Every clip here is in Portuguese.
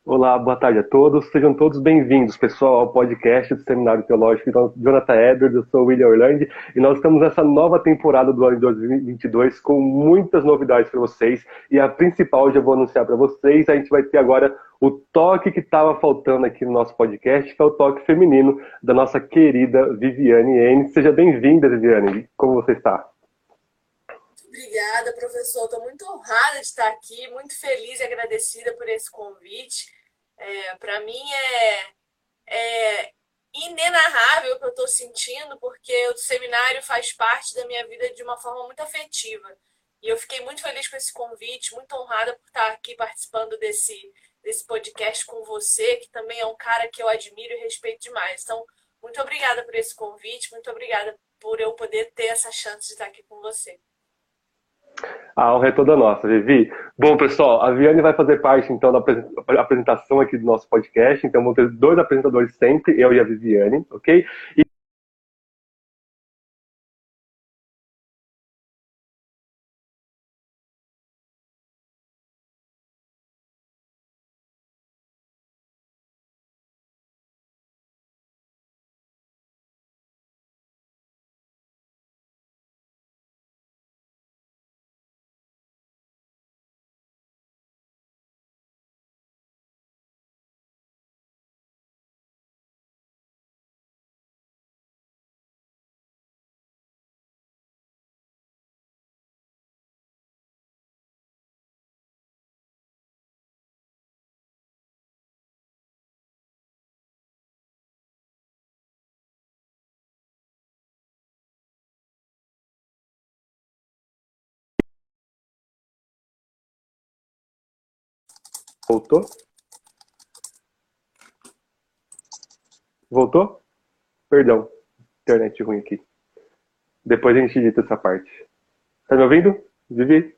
Olá, boa tarde a todos. Sejam todos bem-vindos, pessoal, ao podcast do Seminário Teológico Jonathan Edwards. Eu sou o William Orlandi e nós estamos nessa nova temporada do ano de 2022 com muitas novidades para vocês. E a principal, já vou anunciar para vocês, a gente vai ter agora o toque que estava faltando aqui no nosso podcast, que é o toque feminino da nossa querida Viviane Enes. Seja bem-vinda, Viviane. Como você está? Obrigada, professor. Estou muito honrada de estar aqui, muito feliz e agradecida por esse convite. Para mim é inenarrável o que eu estou sentindo, porque o seminário faz parte da minha vida de uma forma muito afetiva. E eu fiquei muito feliz com esse convite, muito honrada por estar aqui participando desse podcast com você, que também é um cara que eu admiro e respeito demais. Então, muito obrigada por esse convite, muito obrigada por eu poder ter essa chance de estar aqui com você. A honra é toda nossa, Vivi. Bom, pessoal, a Viviane vai fazer parte, então, da apresentação aqui do nosso podcast. Então, vão ter dois apresentadores sempre, eu e a Viviane, ok? Voltou? Voltou? Perdão, internet ruim aqui. Depois a gente edita essa parte. Tá me ouvindo, Vivi?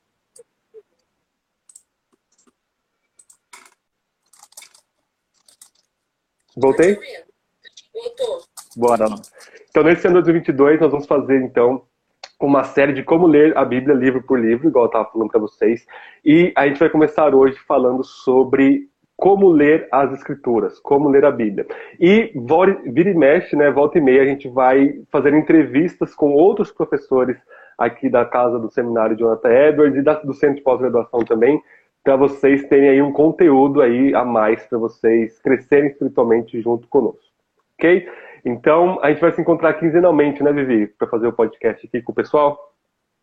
Estou te Voltei? ouvindo. Voltou. Bora lá. Então, nesse ano de 2022, nós vamos fazer, então, uma série de como ler a Bíblia livro por livro, igual eu estava falando para vocês. E a gente vai começar hoje falando sobre como ler as Escrituras, como ler a Bíblia. E vira e mexe, né, volta e meia, a gente vai fazer entrevistas com outros professores aqui da casa do Seminário Jonathan Edwards e do Centro de Pós-Graduação também, para vocês terem aí um conteúdo aí a mais, para vocês crescerem espiritualmente junto conosco. Ok? Então, a gente vai se encontrar quinzenalmente, né, Vivi? Para fazer o podcast aqui com o pessoal.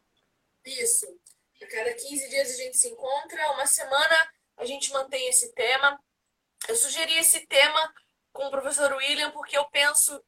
Isso. A cada 15 dias a gente se encontra, uma semana a gente mantém esse tema. Eu sugeri esse tema com o professor William porque eu penso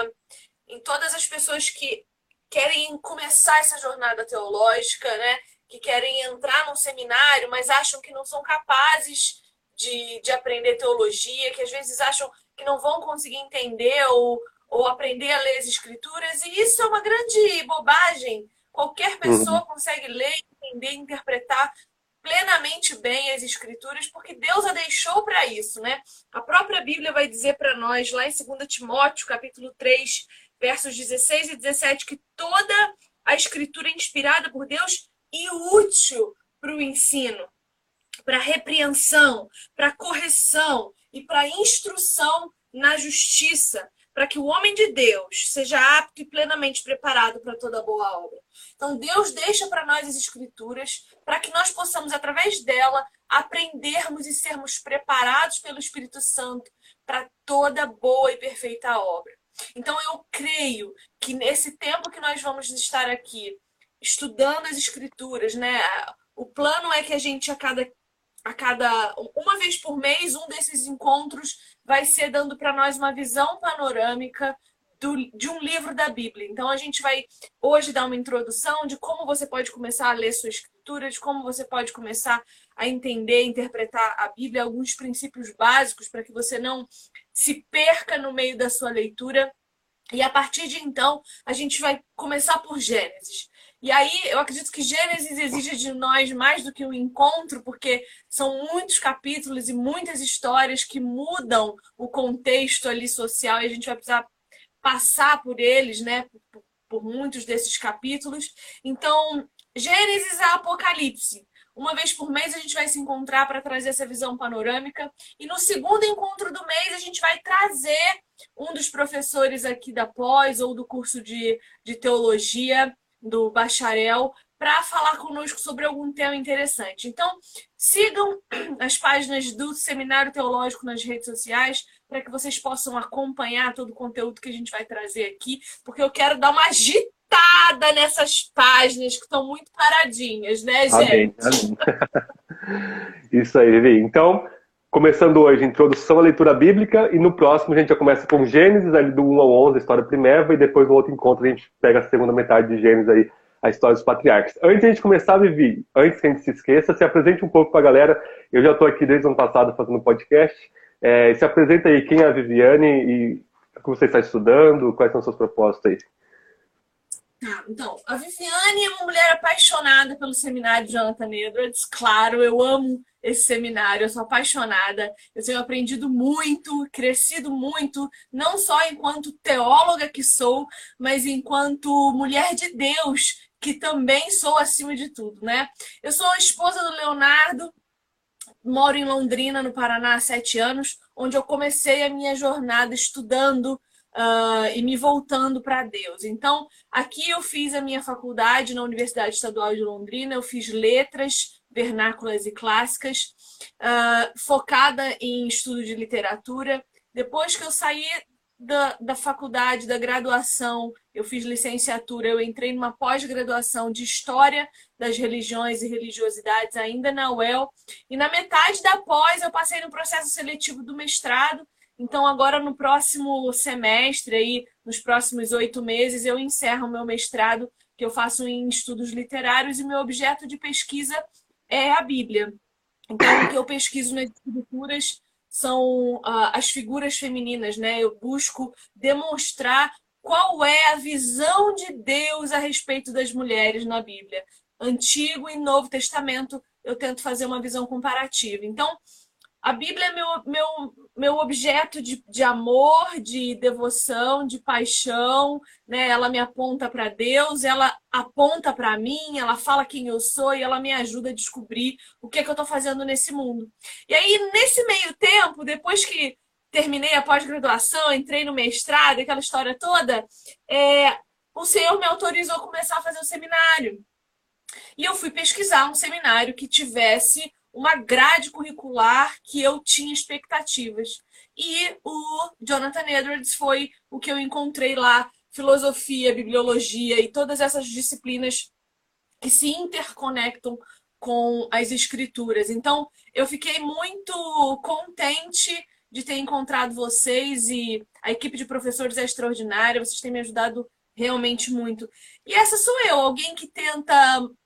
em todas as pessoas que querem começar essa jornada teológica, né? Que querem entrar num seminário, mas acham que não são capazes de aprender teologia, que às vezes acham que não vão conseguir entender ou aprender a ler as escrituras. E isso é uma grande bobagem. Qualquer pessoa consegue ler, entender, interpretar plenamente bem as escrituras, porque Deus a deixou para isso, né? A própria Bíblia vai dizer para nós, lá em 2 Timóteo, capítulo 3, versos 16 e 17, que toda a escritura é inspirada por Deus e útil para o ensino, para repreensão, para correção e para instrução na justiça, para que o homem de Deus seja apto e plenamente preparado para toda boa obra. Então, Deus deixa para nós as Escrituras para que nós possamos, através dela, aprendermos e sermos preparados pelo Espírito Santo para toda boa e perfeita obra. Então, eu creio que nesse tempo que nós vamos estar aqui, estudando as Escrituras, né? O plano é que a gente, uma vez por mês, um desses encontros vai ser dando para nós uma visão panorâmica de um livro da Bíblia. Então, a gente vai hoje dar uma introdução de como você pode começar a ler sua escritura, de como você pode começar a entender, interpretar a Bíblia, alguns princípios básicos para que você não se perca no meio da sua leitura. E a partir de então, a gente vai começar por Gênesis. E aí, eu acredito que Gênesis exige de nós mais do que um encontro, porque são muitos capítulos e muitas histórias que mudam o contexto ali social e a gente vai precisar passar por eles, né? Por muitos desses capítulos. Então, Gênesis a Apocalipse. Uma vez por mês a gente vai se encontrar para trazer essa visão panorâmica. E no segundo encontro do mês a gente vai trazer um dos professores aqui da pós ou do curso de teologia, do bacharel, para falar conosco sobre algum tema interessante. Então, sigam as páginas do Seminário Teológico nas redes sociais para que vocês possam acompanhar todo o conteúdo que a gente vai trazer aqui, porque eu quero dar uma agitada nessas páginas que estão muito paradinhas, né, gente? Amém, amém. Isso aí, Vivi. Então, começando hoje, introdução à leitura bíblica, e no próximo a gente já começa com Gênesis, ali do 1 ao 11, a história primeva, e depois no outro encontro a gente pega a segunda metade de Gênesis aí, a história dos patriarcas. Antes de a gente começar, Vivi, antes que a gente se esqueça, se apresente um pouco para a galera. Eu já estou aqui desde o ano passado fazendo podcast. Se apresenta aí quem é a Viviane e o que você está estudando, quais são seus propósitos aí. Tá, então, a Viviane é uma mulher apaixonada pelo seminário de Jonathan Edwards. Claro, eu amo esse seminário, eu sou apaixonada. Eu tenho aprendido muito, crescido muito, não só enquanto teóloga que sou, mas enquanto mulher de Deus, que também sou acima de tudo, né? Eu sou a esposa do Leonardo, moro em Londrina, no Paraná, há 7 anos, onde eu comecei a minha jornada estudando e me voltando para Deus. Então, aqui eu fiz a minha faculdade na Universidade Estadual de Londrina, eu fiz letras vernáculas e clássicas, focada em estudo de literatura. Depois que eu saí da faculdade, da graduação, eu fiz licenciatura, eu entrei numa pós-graduação de História das Religiões e Religiosidades, ainda na UEL, e na metade da pós eu passei no processo seletivo do mestrado. Então, agora no próximo semestre, aí, nos próximos 8 meses, eu encerro o meu mestrado, que eu faço em estudos literários, e meu objeto de pesquisa é a Bíblia. Então, o que eu pesquiso nas escrituras são as figuras femininas, né? Eu busco demonstrar qual é a visão de Deus a respeito das mulheres na Bíblia. Antigo e Novo Testamento, eu tento fazer uma visão comparativa. Então, a Bíblia é meu objeto de amor, de devoção, de paixão, né? Ela me aponta para Deus, ela aponta para mim, ela fala quem eu sou e ela me ajuda a descobrir o que é que eu estou fazendo nesse mundo. E aí, nesse meio tempo, depois que terminei a pós-graduação, entrei no mestrado, aquela história toda, o Senhor me autorizou a começar a fazer o seminário. E eu fui pesquisar um seminário que tivesse uma grade curricular que eu tinha expectativas. E o Jonathan Edwards foi o que eu encontrei lá, filosofia, bibliologia e todas essas disciplinas que se interconectam com as escrituras. Então, eu fiquei muito contente de ter encontrado vocês, e a equipe de professores é extraordinária, vocês têm me ajudado realmente muito. E essa sou eu, alguém que tenta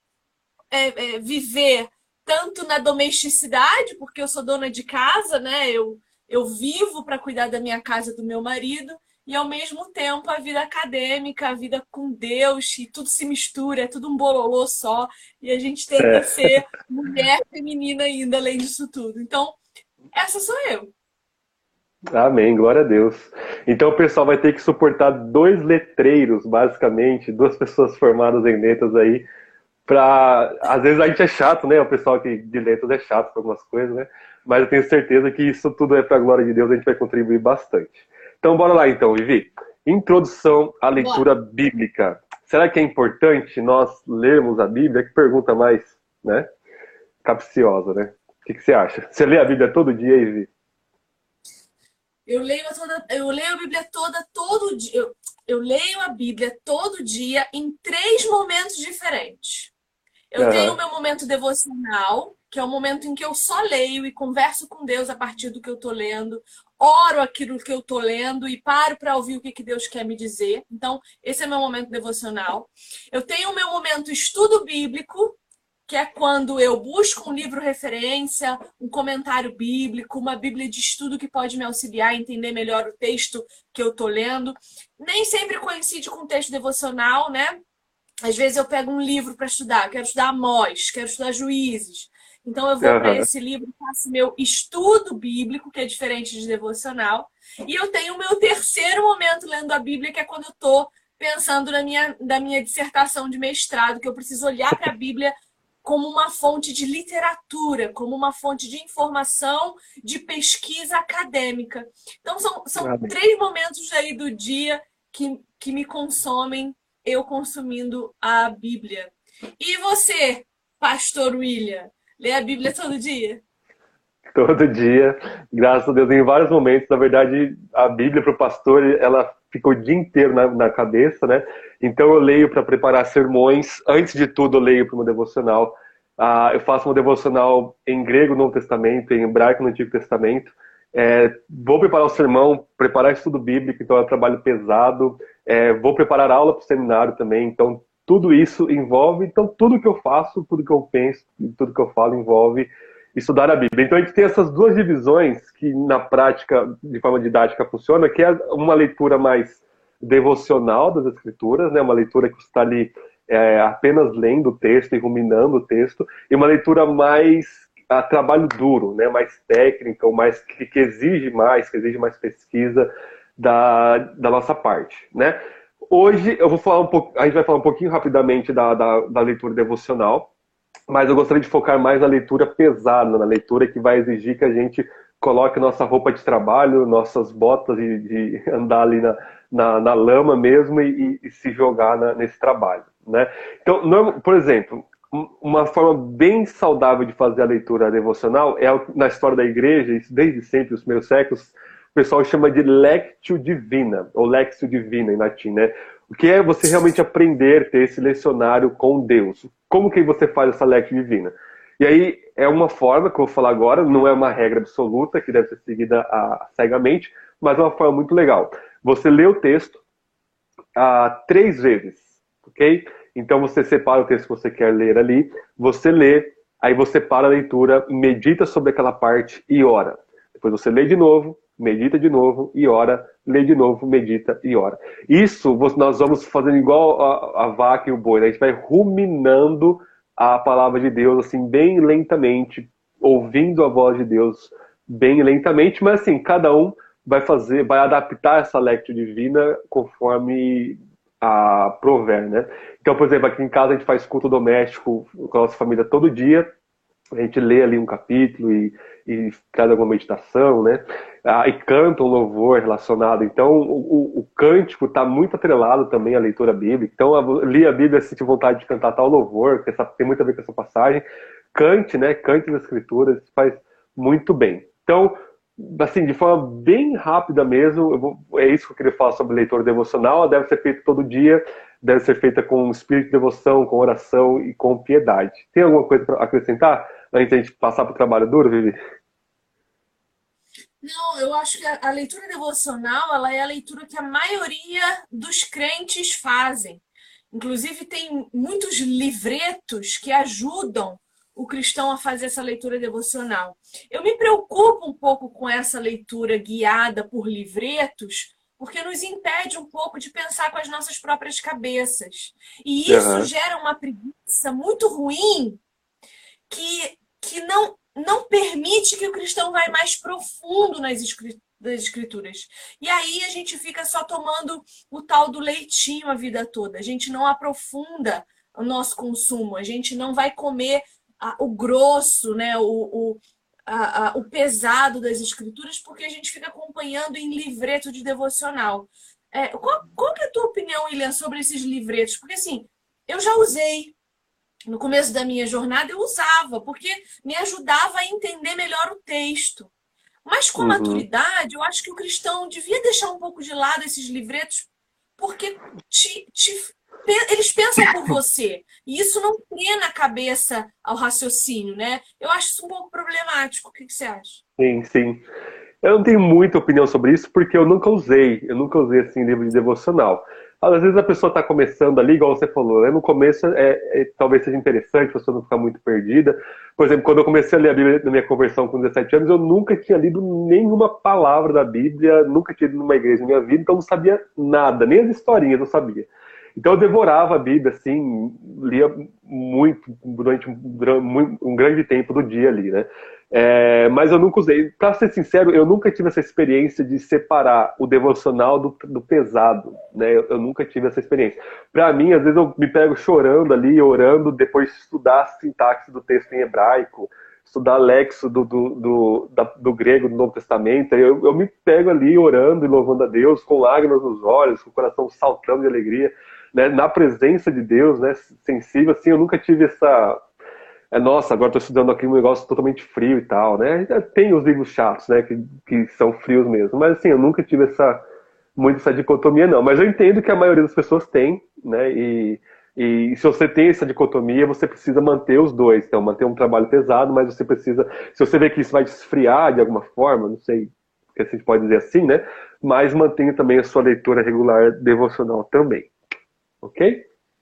viver tanto na domesticidade, porque eu sou dona de casa, né? Eu vivo para cuidar da minha casa, do meu marido, e ao mesmo tempo a vida acadêmica, a vida com Deus, e tudo se mistura, é tudo um bololô só, e a gente tenta ser mulher feminina ainda, além disso tudo. Então, essa sou eu. Amém, glória a Deus. Então o pessoal vai ter que suportar 2 letreiros, basicamente, 2 pessoas formadas em letras aí. Às vezes a gente é chato, né? O pessoal que de letras é chato com algumas coisas, né? Mas eu tenho certeza que isso tudo é para a glória de Deus, a gente vai contribuir bastante. Então bora lá então, Vivi. Introdução à leitura bíblica. Será que é importante nós lermos a Bíblia? Que pergunta mais, né? Capciosa, né? O que você acha? Você lê a Bíblia todo dia, Vivi? Eu leio a Bíblia toda, todo dia. Eu leio a Bíblia todo dia em 3 momentos diferentes. Eu tenho o meu momento devocional, que é o momento em que eu só leio e converso com Deus a partir do que eu estou lendo, oro aquilo que eu estou lendo e paro para ouvir o que Deus quer me dizer. Então, esse é meu momento devocional. Eu tenho o meu momento estudo bíblico, que é quando eu busco um livro referência, um comentário bíblico, uma bíblia de estudo que pode me auxiliar a entender melhor o texto que eu estou lendo. Nem sempre coincide com o texto devocional, né? Às vezes eu pego um livro para estudar, quero estudar Amós, quero estudar Juízes. Então eu vou para esse livro, faço meu estudo bíblico, que é diferente de devocional. E eu tenho o meu terceiro momento lendo a Bíblia, que é quando eu estou pensando na minha dissertação de mestrado, que eu preciso olhar para a Bíblia como uma fonte de literatura, como uma fonte de informação, de pesquisa acadêmica. Então, são Amém. 3 momentos aí do dia que me consomem, eu consumindo a Bíblia. E você, Pastor William, lê a Bíblia todo dia? Todo dia, graças a Deus, em vários momentos. Na verdade, a Bíblia para o pastor, ela fica o dia inteiro na cabeça, né? Então eu leio para preparar sermões. Antes de tudo, eu leio para uma devocional. Eu faço uma devocional em grego no Novo Testamento, em hebraico no Antigo Testamento. Vou preparar o sermão, preparar estudo bíblico, então é um trabalho pesado. Vou preparar aula para o seminário também, então tudo isso envolve, então tudo que eu faço, tudo que eu penso, tudo que eu falo envolve estudar a Bíblia. Então a gente tem essas duas divisões que na prática, de forma didática, funciona, que é uma leitura mais devocional das Escrituras, né? Uma leitura que você está ali apenas lendo o texto e ruminando o texto, e uma leitura mais a trabalho duro, né? Mais técnica, ou mais que exige mais pesquisa da nossa parte, né? Hoje eu vou falar a gente vai falar um pouquinho rapidamente da leitura devocional, mas eu gostaria de focar mais na leitura pesada, na leitura que vai exigir que a gente coloque nossa roupa de trabalho, nossas botas de andar ali na lama mesmo e se jogar nesse trabalho, né? Então, por exemplo, uma forma bem saudável de fazer a leitura devocional na história da igreja, isso desde sempre, os primeiros séculos, o pessoal chama de Lectio Divina, ou Lectio Divina em latim, né? O que é você realmente aprender, ter esse lecionário com Deus. Como que você faz essa Lectio Divina? E aí é uma forma, que eu vou falar agora, não é uma regra absoluta, que deve ser seguida cegamente, mas é uma forma muito legal. Você lê o texto 3 vezes, ok? Então você separa o texto que você quer ler ali, você lê, aí você para a leitura, medita sobre aquela parte e ora. Depois você lê de novo, medita de novo e ora, lê de novo, medita e ora. Isso nós vamos fazendo igual a vaca e o boi, né? A gente vai ruminando a palavra de Deus assim bem lentamente, ouvindo a voz de Deus bem lentamente, mas assim, cada um vai adaptar essa lectio divina conforme prover, né? Então, por exemplo, aqui em casa a gente faz culto doméstico com a nossa família todo dia. A gente lê ali um capítulo e traz alguma meditação, né? E canta um louvor relacionado. Então, o cântico está muito atrelado também à leitura bíblica. Então, li a Bíblia, senti vontade de cantar tal louvor, que tem muito a ver com essa passagem. Cante, né? Cante as Escrituras, faz muito bem. Então, assim, de forma bem rápida mesmo, é isso que eu queria falar sobre leitura devocional. Ela deve ser feita todo dia, deve ser feita com espírito de devoção, com oração e com piedade. Tem alguma coisa para acrescentar antes de a gente passar para o trabalho duro, Vivi? Não, eu acho que a leitura devocional, ela é a leitura que a maioria dos crentes fazem. Inclusive, tem muitos livretos que ajudam o cristão a fazer essa leitura devocional. Eu me preocupo um pouco com essa leitura guiada por livretos, porque nos impede um pouco de pensar com as nossas próprias cabeças. E isso Uhum. gera uma preguiça muito ruim que não permite que o cristão vá mais profundo das escrituras. E aí a gente fica só tomando o tal do leitinho a vida toda. A gente não aprofunda o nosso consumo, a gente não vai comer o grosso, né, o pesado das escrituras, porque a gente fica acompanhando em livreto de devocional. Qual que é a tua opinião, William, sobre esses livretos? Porque assim, eu já usei. No começo da minha jornada eu usava, porque me ajudava a entender melhor o texto. Mas com a Uhum. maturidade, eu acho que o cristão devia deixar um pouco de lado esses livretos, porque eles pensam por você. E isso não treina a cabeça ao raciocínio, né? Eu acho isso um pouco problemático. O que você acha? Sim, sim. Eu não tenho muita opinião sobre isso porque eu nunca usei assim livro de devocional. Às vezes a pessoa está começando ali, igual você falou, né? No começo talvez seja interessante, a pessoa não ficar muito perdida. Por exemplo, quando eu comecei a ler a Bíblia na minha conversão com 17 anos, eu nunca tinha lido nenhuma palavra da Bíblia, nunca tinha ido numa igreja na minha vida, então eu não sabia nada, nem as historinhas eu sabia. Então eu devorava a Bíblia, assim, lia muito durante um grande tempo do dia ali, né? Mas eu nunca usei. Para ser sincero, eu nunca tive essa experiência de separar o devocional do pesado, né? Eu nunca tive essa experiência. Para mim, às vezes eu me pego chorando ali, orando, depois de estudar a sintaxe do texto em hebraico, estudar lexo do grego do Novo Testamento. Eu me pego ali orando e louvando a Deus, com lágrimas nos olhos, com o coração saltando de alegria, né? Na presença de Deus, né? Sensível, assim, eu nunca tive essa. Nossa, agora estou estudando aqui um negócio totalmente frio e tal, né? Tem os livros chatos, né? Que são frios mesmo. Mas assim, eu nunca tive muito essa dicotomia, não. Mas eu entendo que a maioria das pessoas tem, né? E se você tem essa dicotomia, você precisa manter os dois. Então, manter um trabalho pesado, mas você precisa. Se você vê que isso vai te esfriar de alguma forma, não sei se a gente pode dizer assim, né? Mas mantenha também a sua leitura regular devocional também. Ok?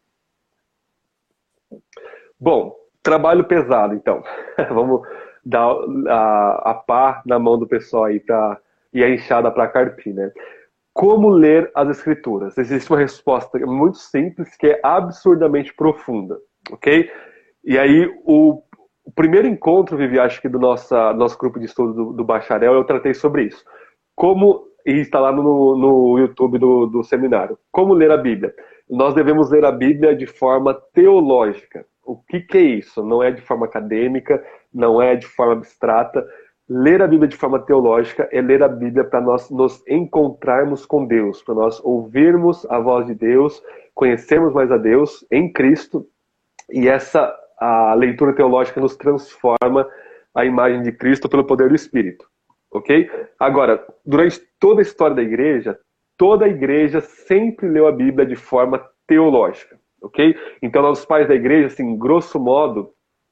Bom, trabalho pesado, então. Vamos dar a pá na mão do pessoal aí e a enxada para carpir, né? Como ler as escrituras? Existe uma resposta muito simples que é absurdamente profunda, ok? E aí, o primeiro encontro, Vivi, acho que do nosso grupo de estudo do bacharel, eu tratei sobre isso. E está lá no YouTube do seminário. Como ler a Bíblia? Nós devemos ler a Bíblia de forma teológica. O que é isso? Não é de forma acadêmica, não é de forma abstrata. Ler a Bíblia de forma teológica é ler a Bíblia para nós nos encontrarmos com Deus, para nós ouvirmos a voz de Deus, conhecermos mais a Deus em Cristo, e a leitura teológica nos transforma a imagem de Cristo pelo poder do Espírito. Ok? Agora, durante toda a história da igreja, toda a igreja sempre leu a Bíblia de forma teológica. Ok? Então, os pais da igreja, assim, grosso modo,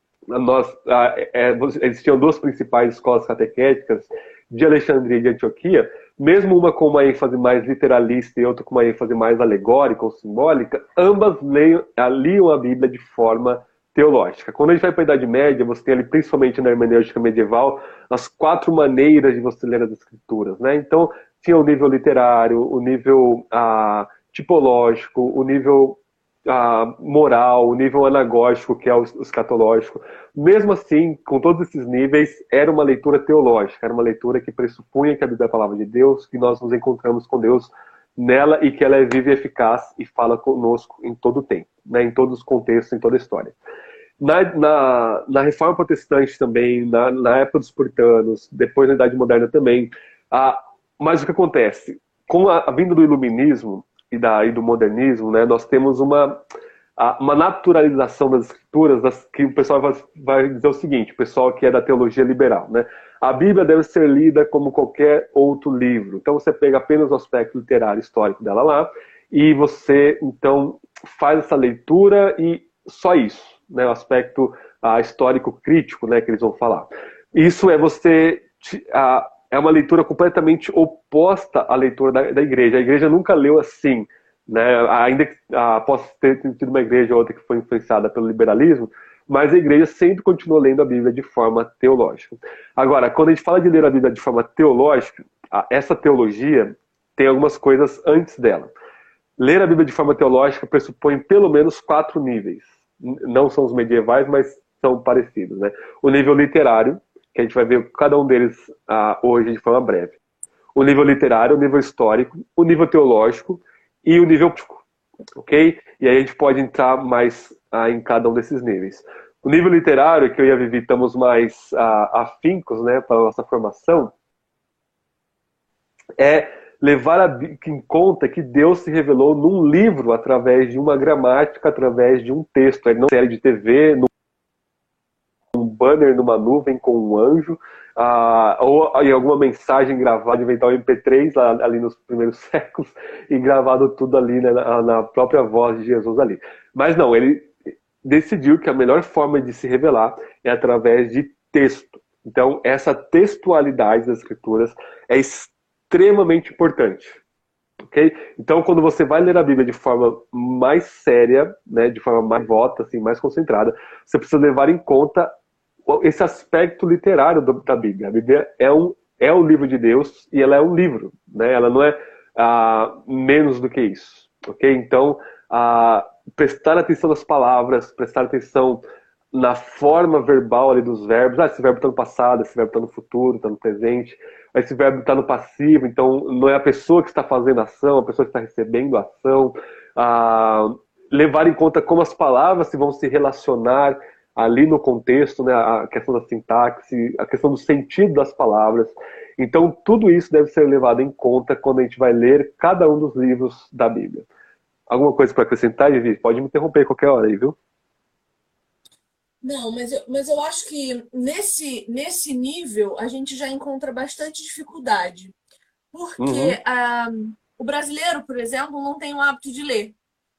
existiam duas principais escolas catequéticas de Alexandria e de Antioquia, mesmo uma com uma ênfase mais literalista e outra com uma ênfase mais alegórica ou simbólica, ambas liam a Bíblia de forma teológica. Quando a gente vai para a Idade Média, você tem ali, principalmente na hermenêutica medieval, as 4 maneiras de você ler as escrituras, né? Então, tinha o nível literário, o nível tipológico, o nível moral, o nível anagógico, que é o escatológico. Mesmo assim, com todos esses níveis, era uma leitura teológica, era uma leitura que pressupunha que a Bíblia é a palavra de Deus, que nós nos encontramos com Deus nela e que ela é viva e eficaz e fala conosco em todo o tempo, né, em todos os contextos, em toda a história. Na Reforma Protestante também, na época dos puritanos, depois na Idade Moderna também. Mas o que acontece? Com a vinda do Iluminismo e do modernismo, né, nós temos uma naturalização das escrituras, que o pessoal vai dizer o seguinte, o pessoal que é da teologia liberal, né? A Bíblia deve ser lida como qualquer outro livro. Então você pega apenas o aspecto literário histórico dela lá e você, então, faz essa leitura e só isso, né? O aspecto histórico crítico, né, que eles vão falar. Isso é uma leitura completamente oposta à leitura da igreja. A igreja nunca leu assim, né? Ainda que possa ter tido uma igreja ou outra que foi influenciada pelo liberalismo, mas a igreja sempre continuou lendo a Bíblia de forma teológica. Agora, quando a gente fala de ler a Bíblia de forma teológica, essa teologia tem algumas coisas antes dela. Ler a Bíblia de forma teológica pressupõe pelo menos 4 níveis. Não são os medievais, mas são parecidos, né? O nível literário, que a gente vai ver cada um deles hoje de forma breve. O nível literário, o nível histórico, o nível teológico e o nível prático, ok? E aí a gente pode entrar mais em cada um desses níveis. O nível literário, que eu e a Vivi estamos mais afincos, né, para a nossa formação, é levar em conta que Deus se revelou num livro através de uma gramática, através de um texto, não série de TV, num banner numa nuvem com um anjo, ou em alguma mensagem gravada, inventar um MP3 ali nos primeiros séculos e gravado tudo ali, né, na própria voz de Jesus ali. Mas não, ele decidiu que a melhor forma de se revelar é através de texto. Então, essa textualidade das escrituras é extremamente importante. Okay? Então, quando você vai ler a Bíblia de forma mais séria, né, de forma mais devota, assim, mais concentrada, você precisa levar em conta esse aspecto literário da Bíblia. A Bíblia é um livro de Deus e ela é um livro, né? Ela não é menos do que isso. Okay? Então, a prestar atenção nas palavras, prestar atenção na forma verbal ali dos verbos. Esse verbo está no passado, esse verbo está no futuro, está no presente. Esse verbo está no passivo, então não é a pessoa que está fazendo a ação, a pessoa que está recebendo a ação. Levar em conta como as palavras vão se relacionar ali no contexto, né? A questão da sintaxe, a questão do sentido das palavras. Então, tudo isso deve ser levado em conta quando a gente vai ler cada um dos livros da Bíblia. Alguma coisa para acrescentar, Vivi? Pode me interromper qualquer hora aí, viu? Não, mas eu acho que nesse nível a gente já encontra bastante dificuldade. Uhum. Porque o brasileiro, por exemplo, não tem o hábito de ler.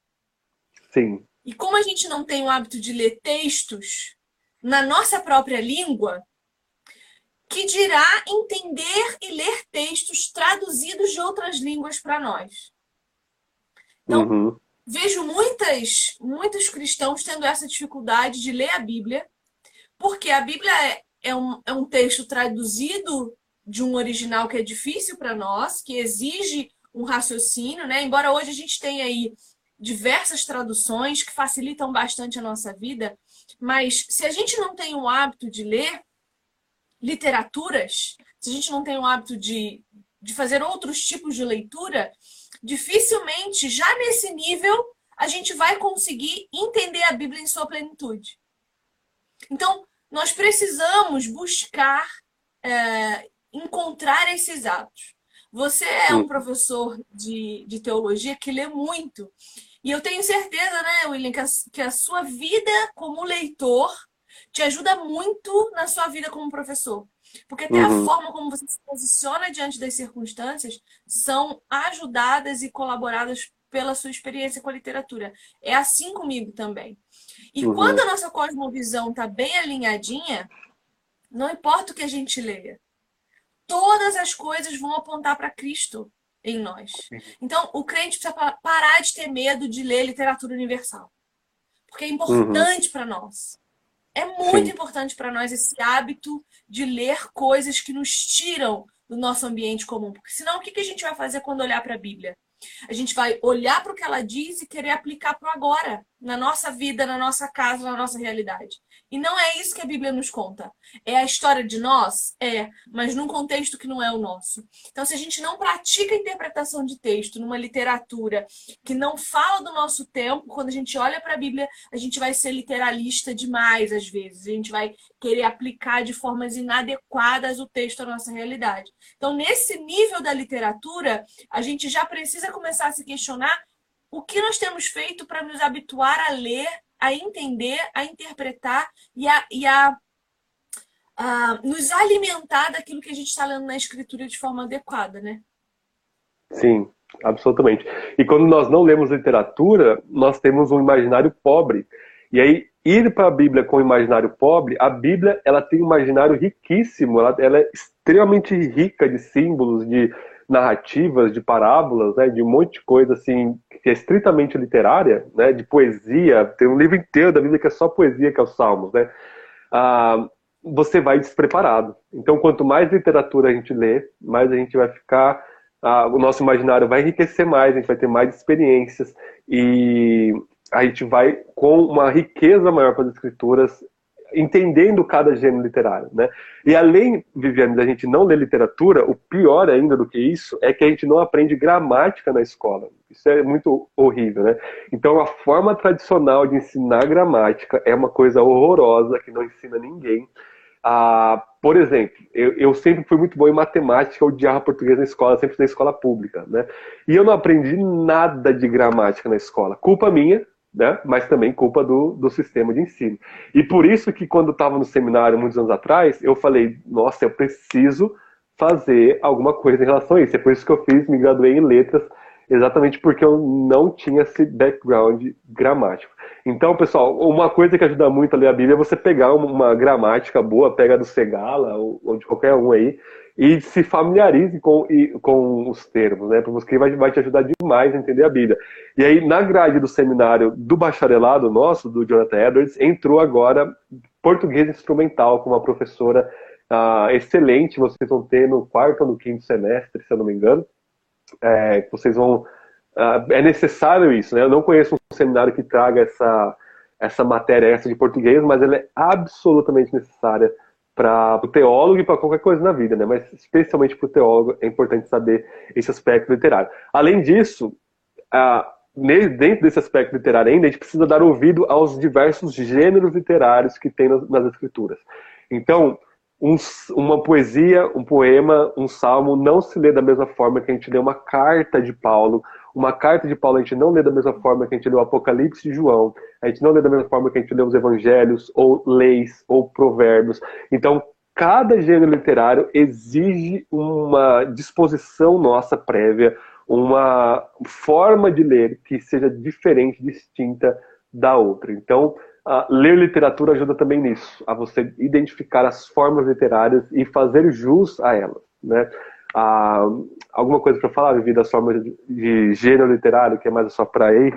Sim. E como a gente não tem o hábito de ler textos na nossa própria língua, que dirá entender e ler textos traduzidos de outras línguas para nós. Então, Uhum. vejo muitos cristãos tendo essa dificuldade de ler a Bíblia, porque a Bíblia é um texto traduzido de um original que é difícil para nós, que exige um raciocínio, né? Embora hoje a gente tenha aí diversas traduções que facilitam bastante a nossa vida, mas se a gente não tem o hábito de ler literaturas, se a gente não tem o hábito de fazer outros tipos de leitura, dificilmente, já nesse nível, a gente vai conseguir entender a Bíblia em sua plenitude. Então, nós precisamos buscar encontrar esses atos. Você é um Uhum. professor de teologia que lê muito. E eu tenho certeza, né, William, que a sua vida como leitor te ajuda muito na sua vida como professor. Porque até a Uhum. forma como você se posiciona diante das circunstâncias são ajudadas e colaboradas pela sua experiência com a literatura. É assim comigo também. E quando Uhum. a nossa cosmovisão está bem alinhadinha, não importa o que a gente leia, todas as coisas vão apontar para Cristo em nós. Então, o crente precisa parar de ter medo de ler literatura universal, porque é Uhum. importante para nós. É muito Sim. importante para nós esse hábito de ler coisas que nos tiram do nosso ambiente comum. Porque senão, o que a gente vai fazer quando olhar para a Bíblia? A gente vai olhar para o que ela diz e querer aplicar para o agora, na nossa vida, na nossa casa, na nossa realidade. E não é isso que a Bíblia nos conta. É a história de nós? É, mas num contexto que não é o nosso. Então, se a gente não pratica a interpretação de texto numa literatura que não fala do nosso tempo, quando a gente olha para a Bíblia, a gente vai ser literalista demais às vezes. A gente vai querer aplicar de formas inadequadas o texto à nossa realidade. Então, nesse nível da literatura, a gente já precisa começar a se questionar o que nós temos feito para nos habituar a ler, a entender, a interpretar e a nos alimentar daquilo que a gente está lendo na escritura de forma adequada, né? Sim, absolutamente. E quando nós não lemos literatura, nós temos um imaginário pobre. E aí, ir para a Bíblia com o imaginário pobre, a Bíblia ela tem um imaginário riquíssimo, ela é extremamente rica de símbolos, de narrativas, de parábolas, né, de um monte de coisa assim, que é estritamente literária, né, de poesia. Tem um livro inteiro da Bíblia que é só poesia, que é os Salmos, né? Ah, você vai despreparado. Então, quanto mais literatura a gente lê, mais a gente vai ficar o nosso imaginário vai enriquecer mais, a gente vai ter mais experiências e a gente vai com uma riqueza maior para as escrituras, entendendo cada gênero literário, né? E além, Viviane, da gente não ler literatura, o pior ainda do que isso é que a gente não aprende gramática na escola. Isso é muito horrível, né? Então a forma tradicional de ensinar gramática é uma coisa horrorosa que não ensina ninguém. Por exemplo, eu sempre fui muito bom em matemática, eu odiava português na escola, sempre na escola pública, né? E eu não aprendi nada de gramática na escola. Culpa minha, né? Mas também culpa do sistema de ensino. E por isso que quando eu estava no seminário, muitos anos atrás, eu falei, nossa, eu preciso fazer alguma coisa em relação a isso. É por isso que eu me graduei em letras, exatamente porque eu não tinha esse background gramático. Então, pessoal, uma coisa que ajuda muito a ler a Bíblia é você pegar uma gramática boa, pega do Segala ou de qualquer um aí, e se familiarize com os termos, né? Porque vai te ajudar demais a entender a Bíblia. E aí, na grade do seminário do bacharelado nosso, do Jonathan Edwards, entrou agora português instrumental com uma professora excelente, vocês vão ter no quarto ou no quinto semestre, se eu não me engano. Vocês vão é necessário isso, né? Eu não conheço um seminário que traga essa matéria essa de português, mas ela é absolutamente necessária para o teólogo e para qualquer coisa na vida, né? Mas especialmente para o teólogo é importante saber esse aspecto literário. Além disso, dentro desse aspecto literário ainda, a gente precisa dar ouvido aos diversos gêneros literários que tem nas escrituras. Então, uma poesia, um poema, um salmo não se lê da mesma forma que a gente lê uma carta de Paulo. Uma carta de Paulo a gente não lê da mesma forma que a gente lê o Apocalipse de João. A gente não lê da mesma forma que a gente lê os evangelhos, ou leis, ou provérbios. Então, cada gênero literário exige uma disposição nossa prévia, uma forma de ler que seja diferente, distinta da outra. Então, ler literatura ajuda também nisso, a você identificar as formas literárias e fazer jus a elas, né? Alguma coisa para falar, Vivi, das formas de gênero literário, que é mais a sua praia aí?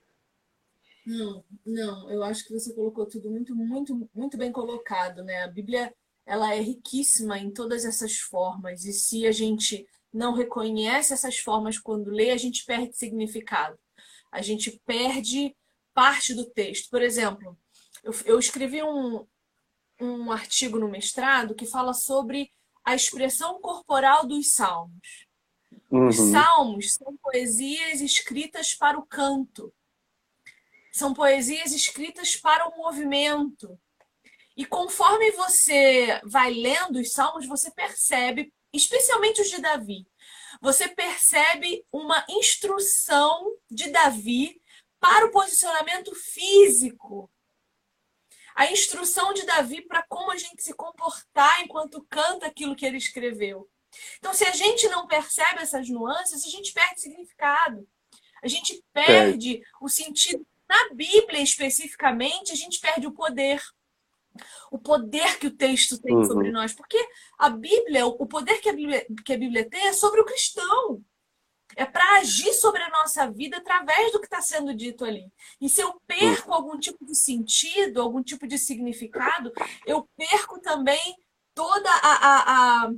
Não, eu acho que você colocou tudo muito, muito, muito bem colocado, né? A Bíblia, ela é riquíssima em todas essas formas, e se a gente não reconhece essas formas quando lê, a gente perde significado. A gente perde parte do texto. Por exemplo, eu escrevi um artigo no mestrado que fala sobre a expressão corporal dos salmos. Os Uhum. salmos são poesias escritas para o canto. São poesias escritas para o movimento. E conforme você vai lendo os salmos, você percebe, especialmente os de Davi, você percebe uma instrução de Davi para o posicionamento físico. A instrução de Davi para como a gente se comportar enquanto canta aquilo que ele escreveu. Então, se a gente não percebe essas nuances, a gente perde significado. A gente perde o sentido. Na Bíblia, especificamente, a gente perde o poder. O poder que o texto tem sobre nós. Porque a Bíblia, o poder que a Bíblia tem é sobre o cristão. É para agir sobre a nossa vida através do que está sendo dito ali. E se eu perco algum tipo de sentido, algum tipo de significado, eu perco também toda a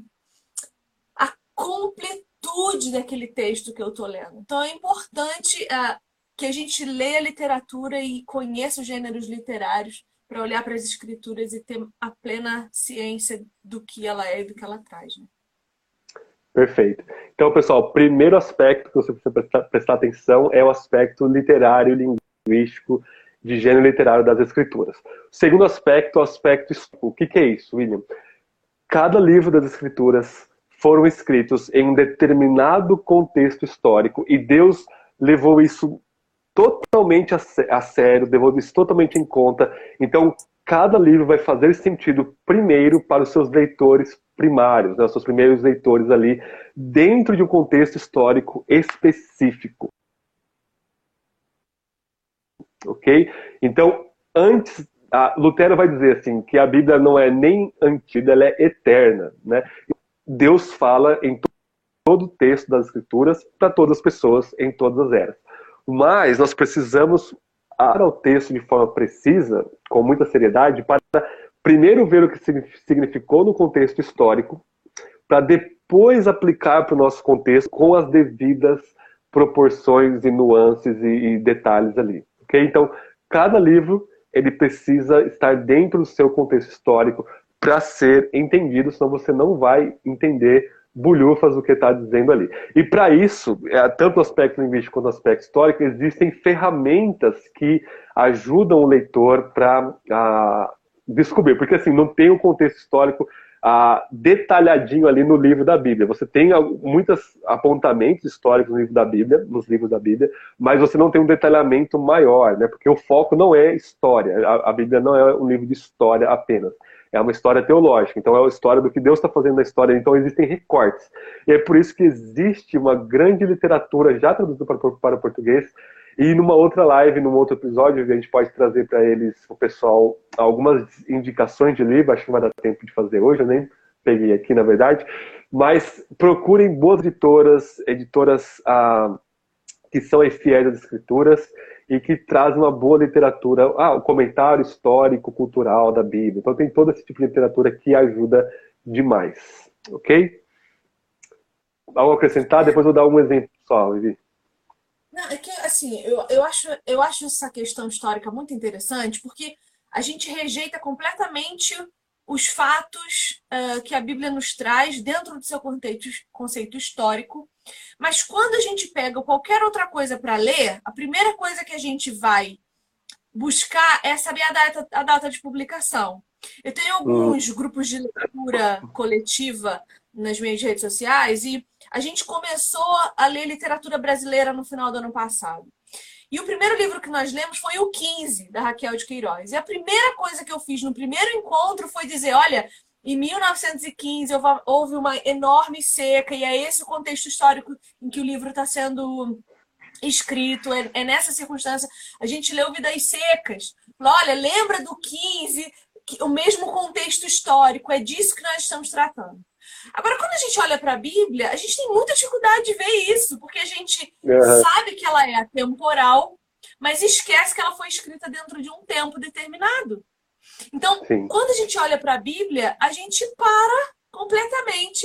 completude daquele texto que eu estou lendo. Então é importante que a gente leia a literatura e conheça os gêneros literários para olhar para as escrituras e ter a plena ciência do que ela é e do que ela traz, né? Perfeito. Então, pessoal, o primeiro aspecto que você precisa prestar atenção é o aspecto literário, linguístico, de gênero literário das escrituras. O segundo aspecto, o aspecto histórico. O que é isso, William? Cada livro das escrituras foram escritos em um determinado contexto histórico e Deus levou isso totalmente a sério, levou isso totalmente em conta. Então, cada livro vai fazer sentido primeiro para os seus leitores primários, né, os seus primeiros leitores ali, dentro de um contexto histórico específico. Ok? Então, antes, Lutero vai dizer assim, que a Bíblia não é nem antiga, ela é eterna, né? Deus fala em todo o texto das Escrituras para todas as pessoas em todas as eras. Mas nós precisamos olhar o texto de forma precisa, com muita seriedade, para primeiro ver o que significou no contexto histórico, para depois aplicar para o nosso contexto com as devidas proporções e nuances e detalhes ali. Okay? Então, cada livro ele precisa estar dentro do seu contexto histórico para ser entendido, senão você não vai entender bulhufas do que está dizendo ali. E para isso, tanto no aspecto linguístico quanto no aspecto histórico, existem ferramentas que ajudam o leitor para descobrir. Porque assim, não tem um contexto histórico detalhadinho ali no livro da Bíblia. Você tem muitos apontamentos históricos no livro da Bíblia, nos livros da Bíblia, mas você não tem um detalhamento maior, né? Porque o foco não é história. A Bíblia não é um livro de história apenas. É uma história teológica, então é a história do que Deus está fazendo na história, então existem recortes. E é por isso que existe uma grande literatura já traduzida para o português, e numa outra live, num outro episódio, a gente pode trazer para eles, o pessoal, algumas indicações de livro, acho que não vai dar tempo de fazer hoje, eu nem peguei aqui, na verdade, mas procurem boas editoras que são fiéis às escrituras, e que traz uma boa literatura, o comentário histórico, cultural da Bíblia. Então tem todo esse tipo de literatura que ajuda demais. Ok? Algo a acrescentar? Depois eu vou dar um exemplo só, Vivi. Não, é que, assim, eu acho essa questão histórica muito interessante, porque a gente rejeita completamente os fatos que a Bíblia nos traz dentro do seu conceito histórico, mas quando a gente pega qualquer outra coisa para ler, a primeira coisa que a gente vai buscar é saber a data de publicação. Eu tenho Hum, alguns grupos de leitura coletiva nas minhas redes sociais e a gente começou a ler literatura brasileira no final do ano passado. E o primeiro livro que nós lemos foi o 15, da Raquel de Queiroz. E a primeira coisa que eu fiz no primeiro encontro foi dizer: olha, em 1915 houve uma enorme seca, e é esse o contexto histórico em que o livro está sendo escrito, é nessa circunstância. A gente leu Vidas Secas. Olha, lembra do 15, o mesmo contexto histórico, é disso que nós estamos tratando. Agora, quando a gente olha para a Bíblia, a gente tem muita dificuldade de ver isso, porque a gente aham, sabe que ela é atemporal, mas esquece que ela foi escrita dentro de um tempo determinado. Então, sim. quando a gente olha para a Bíblia, a gente para completamente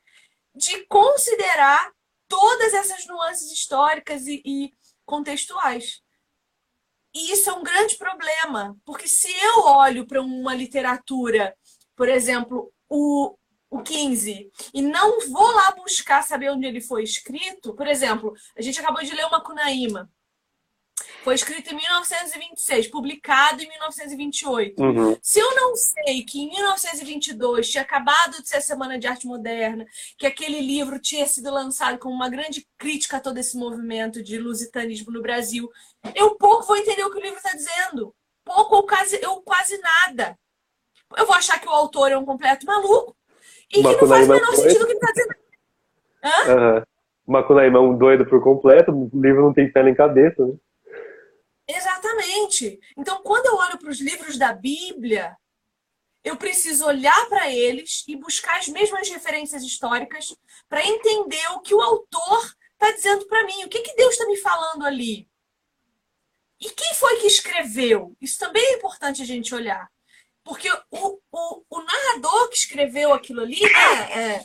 de considerar todas essas nuances históricas e contextuais. E isso é um grande problema, porque se eu olho para uma literatura, por exemplo, o 15, e não vou lá buscar saber onde ele foi escrito, por exemplo, a gente acabou de ler o Macunaíma. Foi escrito em 1926, publicado em 1928. Uhum. Se eu não sei que em 1922 tinha acabado de ser a Semana de Arte Moderna, que aquele livro tinha sido lançado como uma grande crítica a todo esse movimento de lusitanismo no Brasil, eu pouco vou entender o que o livro está dizendo. Pouco ou quase nada. Eu vou achar que o autor é um completo maluco e que não faz o Macunaíma é um menor sentido o doido. que ele está dizendo. Hã? Aham. Macunaíma é um doido por completo, o livro não tem pé nem cabeça, né? Exatamente. Então, quando eu olho para os livros da Bíblia, eu preciso olhar para eles e buscar as mesmas referências históricas para entender o que o autor está dizendo para mim. O que, que Deus está me falando ali? E quem foi que escreveu? Isso também é importante a gente olhar. Porque o narrador que escreveu aquilo ali, né,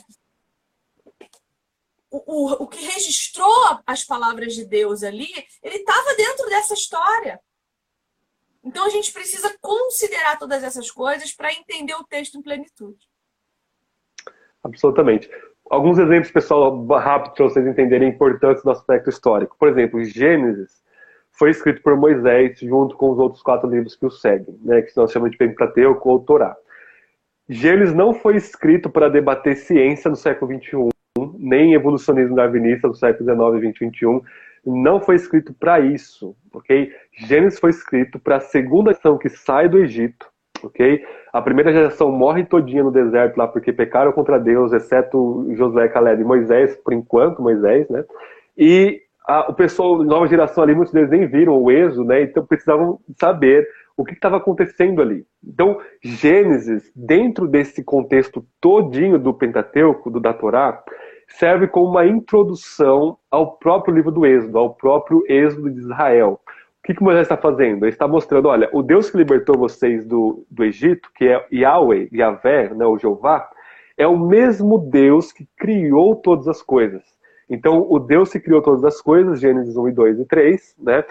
o que registrou as palavras de Deus ali, ele estava dentro dessa história. Então a gente precisa considerar todas essas coisas para entender o texto em plenitude. Absolutamente. Alguns exemplos, pessoal, rápido para vocês entenderem a importância do aspecto histórico. Por exemplo, Gênesis foi escrito por Moisés junto com os outros 4 livros que o seguem, né, que nós chamamos de Pentateuco ou Torá. Gênesis não foi escrito para debater ciência no século XXI, nem evolucionismo darwinista do século XIX, XX e XXI. Não foi escrito para isso, ok? Gênesis foi escrito para a segunda geração que sai do Egito, ok? A primeira geração morre todinha no deserto lá porque pecaram contra Deus, exceto Josué, Caleb e Moisés, por enquanto Moisés, né? E o pessoal, nova geração ali, muitos deles nem viram o êxodo, né? Então precisavam saber o que estava acontecendo ali. Então, Gênesis, dentro desse contexto todinho do Pentateuco, da Torá, serve como uma introdução ao próprio livro do Êxodo, ao próprio Êxodo de Israel. O que Moisés está fazendo? Ele está mostrando, olha, o Deus que libertou vocês do Egito, que é Yahweh, Yahvé, né, o Jeová, é o mesmo Deus que criou todas as coisas. Então, o Deus que criou todas as coisas, Gênesis 1, 2 e 3, né,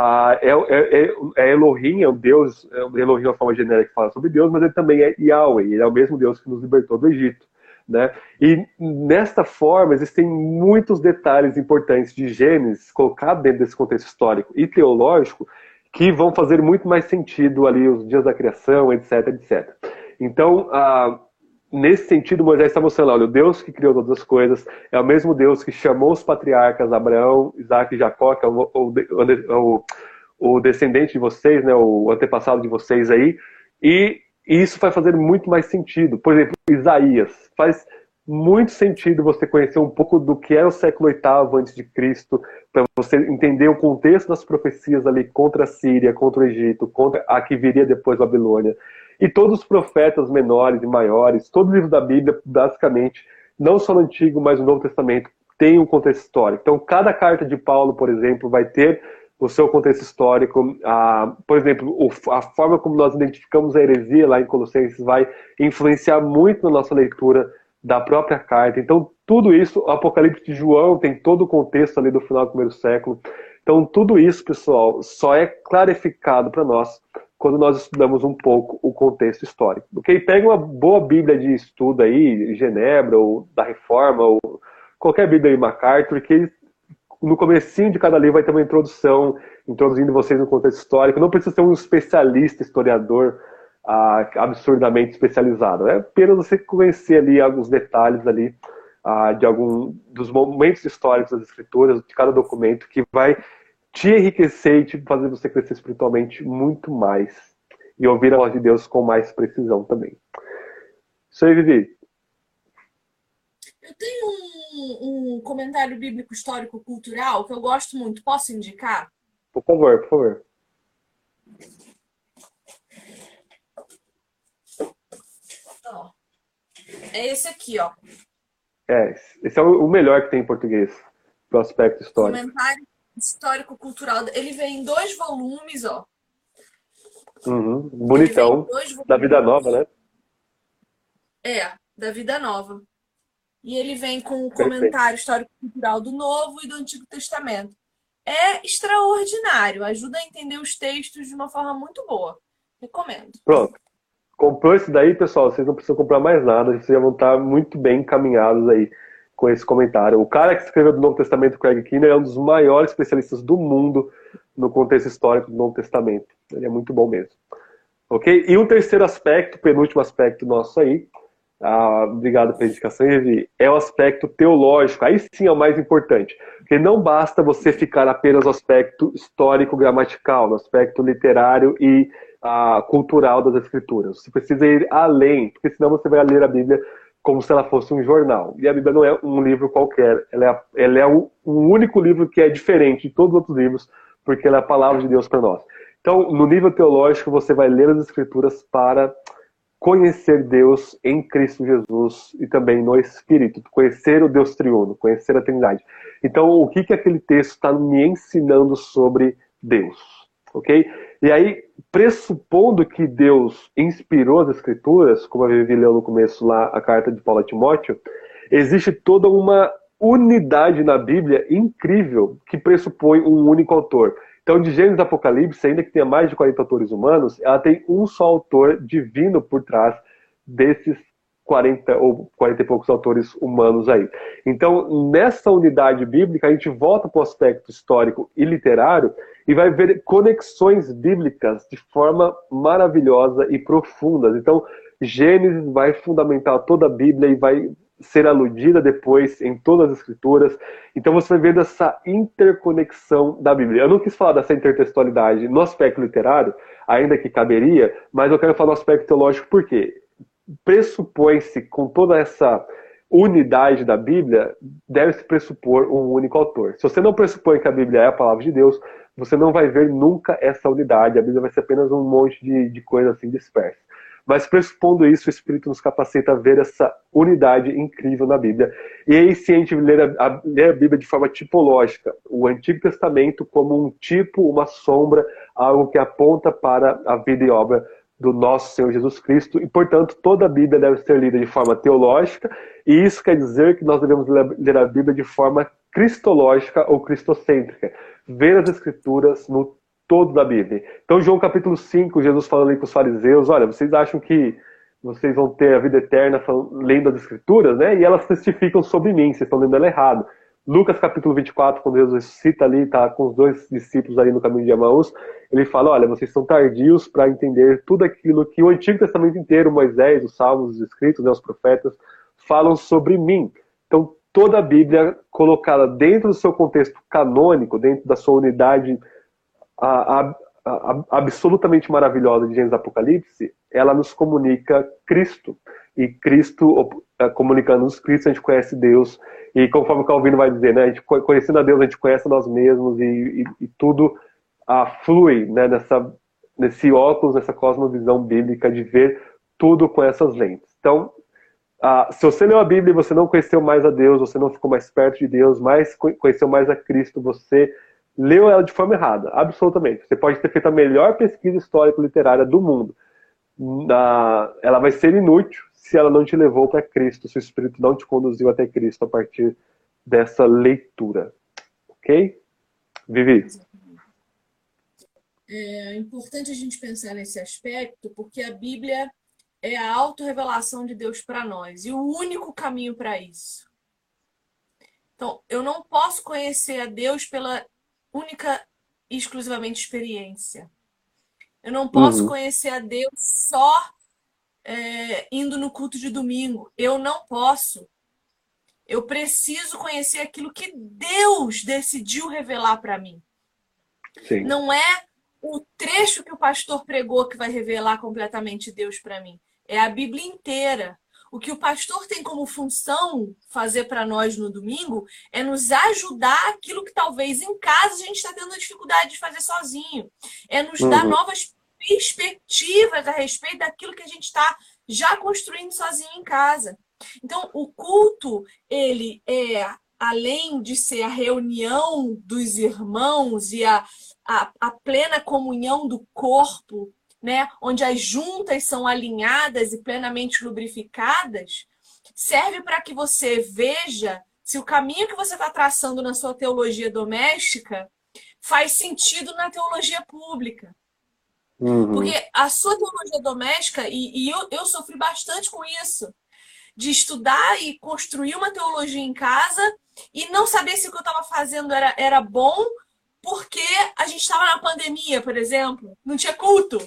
é Elohim, é o Deus, Elohim é uma forma genérica que fala sobre Deus, mas ele também é Yahweh, ele é o mesmo Deus que nos libertou do Egito. Né? E nesta forma existem muitos detalhes importantes de Gênesis colocados dentro desse contexto histórico e teológico que vão fazer muito mais sentido ali os dias da criação, etc, etc. Então, nesse sentido, Moisés está mostrando, olha, o Deus que criou todas as coisas é o mesmo Deus que chamou os patriarcas Abraão, Isaac e Jacó, que é o descendente de vocês, né, o antepassado de vocês aí, e isso vai fazer muito mais sentido. Por exemplo, Isaías. Faz muito sentido você conhecer um pouco do que era o século VIII antes de Cristo, para você entender o contexto das profecias ali contra a Síria, contra o Egito, contra a que viria depois Babilônia. E todos os profetas menores e maiores, todo o livro da Bíblia, basicamente, não só no Antigo, mas no Novo Testamento, tem um contexto histórico. Então, cada carta de Paulo, por exemplo, vai ter o seu contexto histórico. Por exemplo, a forma como nós identificamos a heresia lá em Colossenses vai influenciar muito na nossa leitura da própria carta. Então, tudo isso, o Apocalipse de João tem todo o contexto ali do final do primeiro século. Então, tudo isso, pessoal, só é clarificado para nós quando nós estudamos um pouco o contexto histórico. Ok? Pega uma boa Bíblia de estudo aí, Genebra, ou da Reforma, ou qualquer Bíblia aí, MacArthur, que no comecinho de cada livro vai ter uma introdução, introduzindo vocês no contexto histórico. Não precisa ser um especialista, historiador, absurdamente especializado. É apenas você conhecer ali alguns detalhes ali de algum dos momentos históricos das escrituras, de cada documento, que vai te enriquecer e te fazer você crescer espiritualmente muito mais. E ouvir a voz de Deus com mais precisão também. Isso aí, Vivi. Eu tenho um comentário bíblico histórico cultural que eu gosto muito. Posso indicar? Por favor, por favor. Ó, é esse aqui, ó. Esse é o melhor que tem em português, pro aspecto histórico. Comentário histórico-cultural. Ele vem em 2 volumes, ó. Uhum, bonitão. Da Vida Nova, né? Da Vida Nova. E ele vem com o Perfeito. comentário histórico-cultural do Novo e do Antigo Testamento. É extraordinário. Ajuda a entender os textos de uma forma muito boa. Recomendo. Pronto. Comprou esse daí, pessoal, vocês não precisam comprar mais nada, vocês já vão estar muito bem encaminhados aí com esse comentário. O cara que escreveu do Novo Testamento, Craig Keener, é um dos maiores especialistas do mundo no contexto histórico do Novo Testamento. Ele é muito bom mesmo. Ok? E um terceiro aspecto, penúltimo aspecto nosso aí, obrigado pela indicação, Evi, é o aspecto teológico. Aí sim é o mais importante. Porque não basta você ficar apenas no aspecto histórico-gramatical, no aspecto literário e cultural das escrituras. Você precisa ir além, porque senão você vai ler a Bíblia como se ela fosse um jornal. E a Bíblia não é um livro qualquer. Ela é um único livro que é diferente de todos os outros livros, porque ela é a palavra de Deus para nós. Então, no nível teológico, você vai ler as escrituras para conhecer Deus em Cristo Jesus e também no Espírito, conhecer o Deus triuno, conhecer a Trindade. Então, o que aquele texto está me ensinando sobre Deus? Ok? E aí, pressupondo que Deus inspirou as Escrituras, como a Vivi leu no começo lá, a carta de Paulo a Timóteo, existe toda uma unidade na Bíblia incrível que pressupõe um único autor. Então, de Gênesis e Apocalipse, ainda que tenha mais de 40 autores humanos, ela tem um só autor divino por trás desses 40 ou 40 e poucos autores humanos aí. Então, nessa unidade bíblica, a gente volta para o aspecto histórico e literário e vai ver conexões bíblicas de forma maravilhosa e profundas. Então, Gênesis vai fundamentar toda a Bíblia e vai ser aludida depois em todas as escrituras. Então você vai vendo essa interconexão da Bíblia. Eu não quis falar dessa intertextualidade no aspecto literário, ainda que caberia, mas eu quero falar no aspecto teológico porque pressupõe-se, com toda essa unidade da Bíblia, deve-se pressupor um único autor. Se você não pressupõe que a Bíblia é a palavra de Deus, você não vai ver nunca essa unidade. A Bíblia vai ser apenas um monte de coisa assim dispersa. Mas pressupondo isso, o Espírito nos capacita a ver essa unidade incrível na Bíblia. E aí sim a gente ler a Bíblia de forma tipológica. O Antigo Testamento como um tipo, uma sombra, algo que aponta para a vida e obra do nosso Senhor Jesus Cristo. E, portanto, toda a Bíblia deve ser lida de forma teológica. E isso quer dizer que nós devemos ler a Bíblia de forma cristológica ou cristocêntrica. Ver as Escrituras no todo da Bíblia. Então, João capítulo 5, Jesus falando aí com os fariseus, olha, vocês acham que vocês vão ter a vida eterna lendo as Escrituras, né? E elas testificam sobre mim, vocês estão lendo ela errado. Lucas capítulo 24, quando Jesus ressuscita ali, está com os 2 discípulos ali no caminho de Emaús, ele fala, olha, vocês são tardios para entender tudo aquilo que o Antigo Testamento inteiro, Moisés, os Salmos, os Escritos, né, os profetas, falam sobre mim. Então, toda a Bíblia colocada dentro do seu contexto canônico, dentro da sua unidade absolutamente maravilhosa de Gênesis e Apocalipse, ela nos comunica Cristo. E Cristo, comunicando-nos Cristo, a gente conhece Deus. E conforme o Calvino vai dizer, né, a gente, conhecendo a Deus, a gente conhece nós mesmos e tudo flui, né, nesse óculos, nessa cosmovisão bíblica de ver tudo com essas lentes. Então, se você leu a Bíblia e você não conheceu mais a Deus, você não ficou mais perto de Deus, mas conheceu mais a Cristo, você leu ela de forma errada, absolutamente. Você pode ter feito a melhor pesquisa histórico-literária do mundo. Ela vai ser inútil se ela não te levou para Cristo, se o Espírito não te conduziu até Cristo a partir dessa leitura. Ok? Vivi. É importante a gente pensar nesse aspecto, porque a Bíblia é a autorrevelação de Deus para nós e o único caminho para isso. Então, eu não posso conhecer a Deus pela única e exclusivamente experiência. Eu não posso Uhum. conhecer a Deus só indo no culto de domingo. Eu não posso. Eu preciso conhecer aquilo que Deus decidiu revelar para mim. Sim. Não é o trecho que o pastor pregou que vai revelar completamente Deus para mim. É a Bíblia inteira. O que o pastor tem como função fazer para nós no domingo é nos ajudar aquilo que talvez em casa a gente está tendo dificuldade de fazer sozinho. É nos dar Uhum. novas perspectivas a respeito daquilo que a gente está já construindo sozinho em casa. Então, o culto, ele é, além de ser a reunião dos irmãos e a plena comunhão do corpo, né, onde as juntas são alinhadas e plenamente lubrificadas, serve para que você veja se o caminho que você está traçando na sua teologia doméstica faz sentido na teologia pública. Porque Uhum. a sua teologia doméstica, e eu sofri bastante com isso, de estudar e construir uma teologia em casa e não saber se o que eu estava fazendo era bom, porque a gente estava na pandemia, por exemplo, não tinha culto.